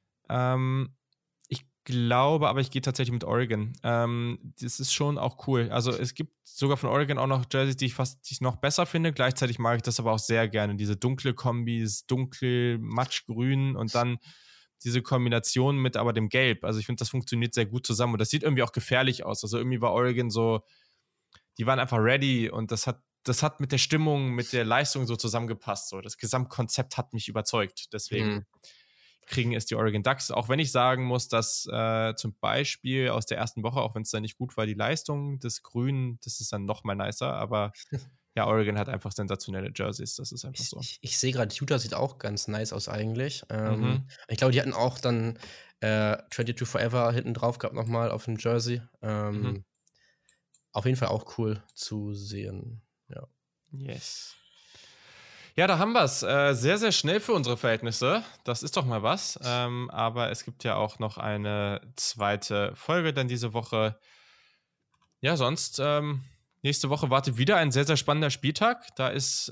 Speaker 1: Ich glaube, aber ich gehe tatsächlich mit Oregon. Das ist schon auch cool. Also es gibt sogar von Oregon auch noch Jerseys, die ich noch besser finde. Gleichzeitig mag ich das aber auch sehr gerne. Diese dunkle Kombi, das dunkel matschgrün und dann diese Kombination mit aber dem Gelb. Also ich finde, das funktioniert sehr gut zusammen und das sieht irgendwie auch gefährlich aus. Also irgendwie war Oregon so, die waren einfach ready und das hat mit der Stimmung, mit der Leistung so zusammengepasst. So. Das Gesamtkonzept hat mich überzeugt. Deswegen kriegen es die Oregon Ducks. Auch wenn ich sagen muss, dass zum Beispiel aus der ersten Woche, auch wenn es da nicht gut war, die Leistung des Grünen, das ist dann noch mal nicer, aber ja, Oregon hat einfach sensationelle Jerseys, das ist einfach so.
Speaker 2: Ich sehe gerade, Utah sieht auch ganz nice aus eigentlich. Ich glaube, die hatten auch dann 22 Forever hinten drauf gehabt nochmal auf dem Jersey. Auf jeden Fall auch cool zu sehen, ja.
Speaker 1: Yes. Ja, da haben wir es. Sehr, sehr schnell für unsere Verhältnisse. Das ist doch mal was. Aber es gibt ja auch noch eine zweite Folge dann diese Woche. Ja, sonst nächste Woche wartet wieder ein sehr, sehr spannender Spieltag. Da ist,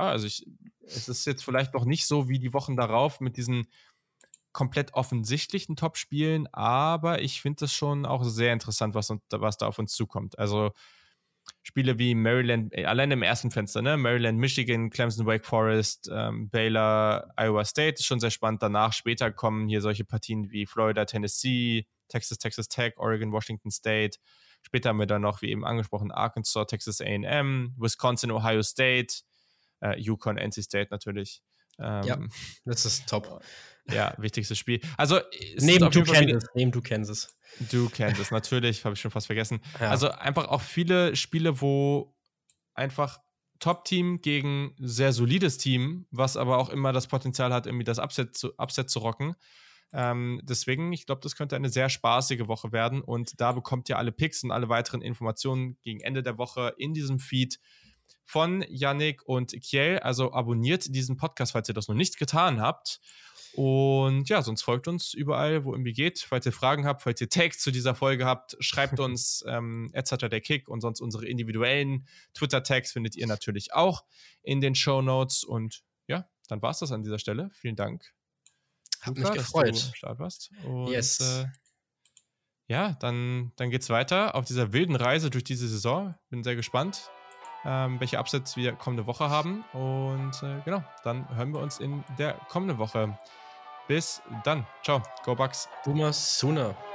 Speaker 1: es ist jetzt vielleicht noch nicht so wie die Wochen darauf mit diesen komplett offensichtlichen Top-Spielen, aber ich finde das schon auch sehr interessant, was da auf uns zukommt. Also Spiele wie Maryland, allein im ersten Fenster, ne? Maryland, Michigan, Clemson, Wake Forest, Baylor, Iowa State ist schon sehr spannend. Danach später kommen hier solche Partien wie Florida, Tennessee, Texas Tech, Oregon, Washington State. Später haben wir dann noch, wie eben angesprochen, Arkansas, Texas A&M, Wisconsin, Ohio State, UConn, NC State natürlich.
Speaker 2: Ja, das ist top.
Speaker 1: Ja, wichtigstes Spiel. Also
Speaker 2: neben du Kansas.
Speaker 1: Du Kansas, natürlich, habe ich schon fast vergessen.
Speaker 2: Ja.
Speaker 1: Also einfach auch viele Spiele, wo einfach Top-Team gegen sehr solides Team, was aber auch immer das Potenzial hat, irgendwie das Upset zu rocken. Deswegen, ich glaube, das könnte eine sehr spaßige Woche werden und da bekommt ihr alle Picks und alle weiteren Informationen gegen Ende der Woche in diesem Feed von Yannick und Kiel. Also abonniert diesen Podcast, falls ihr das noch nicht getan habt. Und ja, sonst folgt uns überall, wo irgendwie geht. Falls ihr Fragen habt, falls ihr Tags zu dieser Folge habt, schreibt uns der Kick und sonst unsere individuellen Twitter-Tags findet ihr natürlich auch in den Shownotes. Und ja, dann war es das an dieser Stelle. Vielen Dank.
Speaker 2: Hat mich gefreut.
Speaker 1: Dass du am Start warst. Und
Speaker 2: yes.
Speaker 1: Ja, dann geht's weiter auf dieser wilden Reise durch diese Saison. Bin sehr gespannt, welche Upsets wir kommende Woche haben. Und genau, dann hören wir uns in der kommenden Woche. Bis dann. Ciao. Go Bucks.
Speaker 2: Boomer Sooner.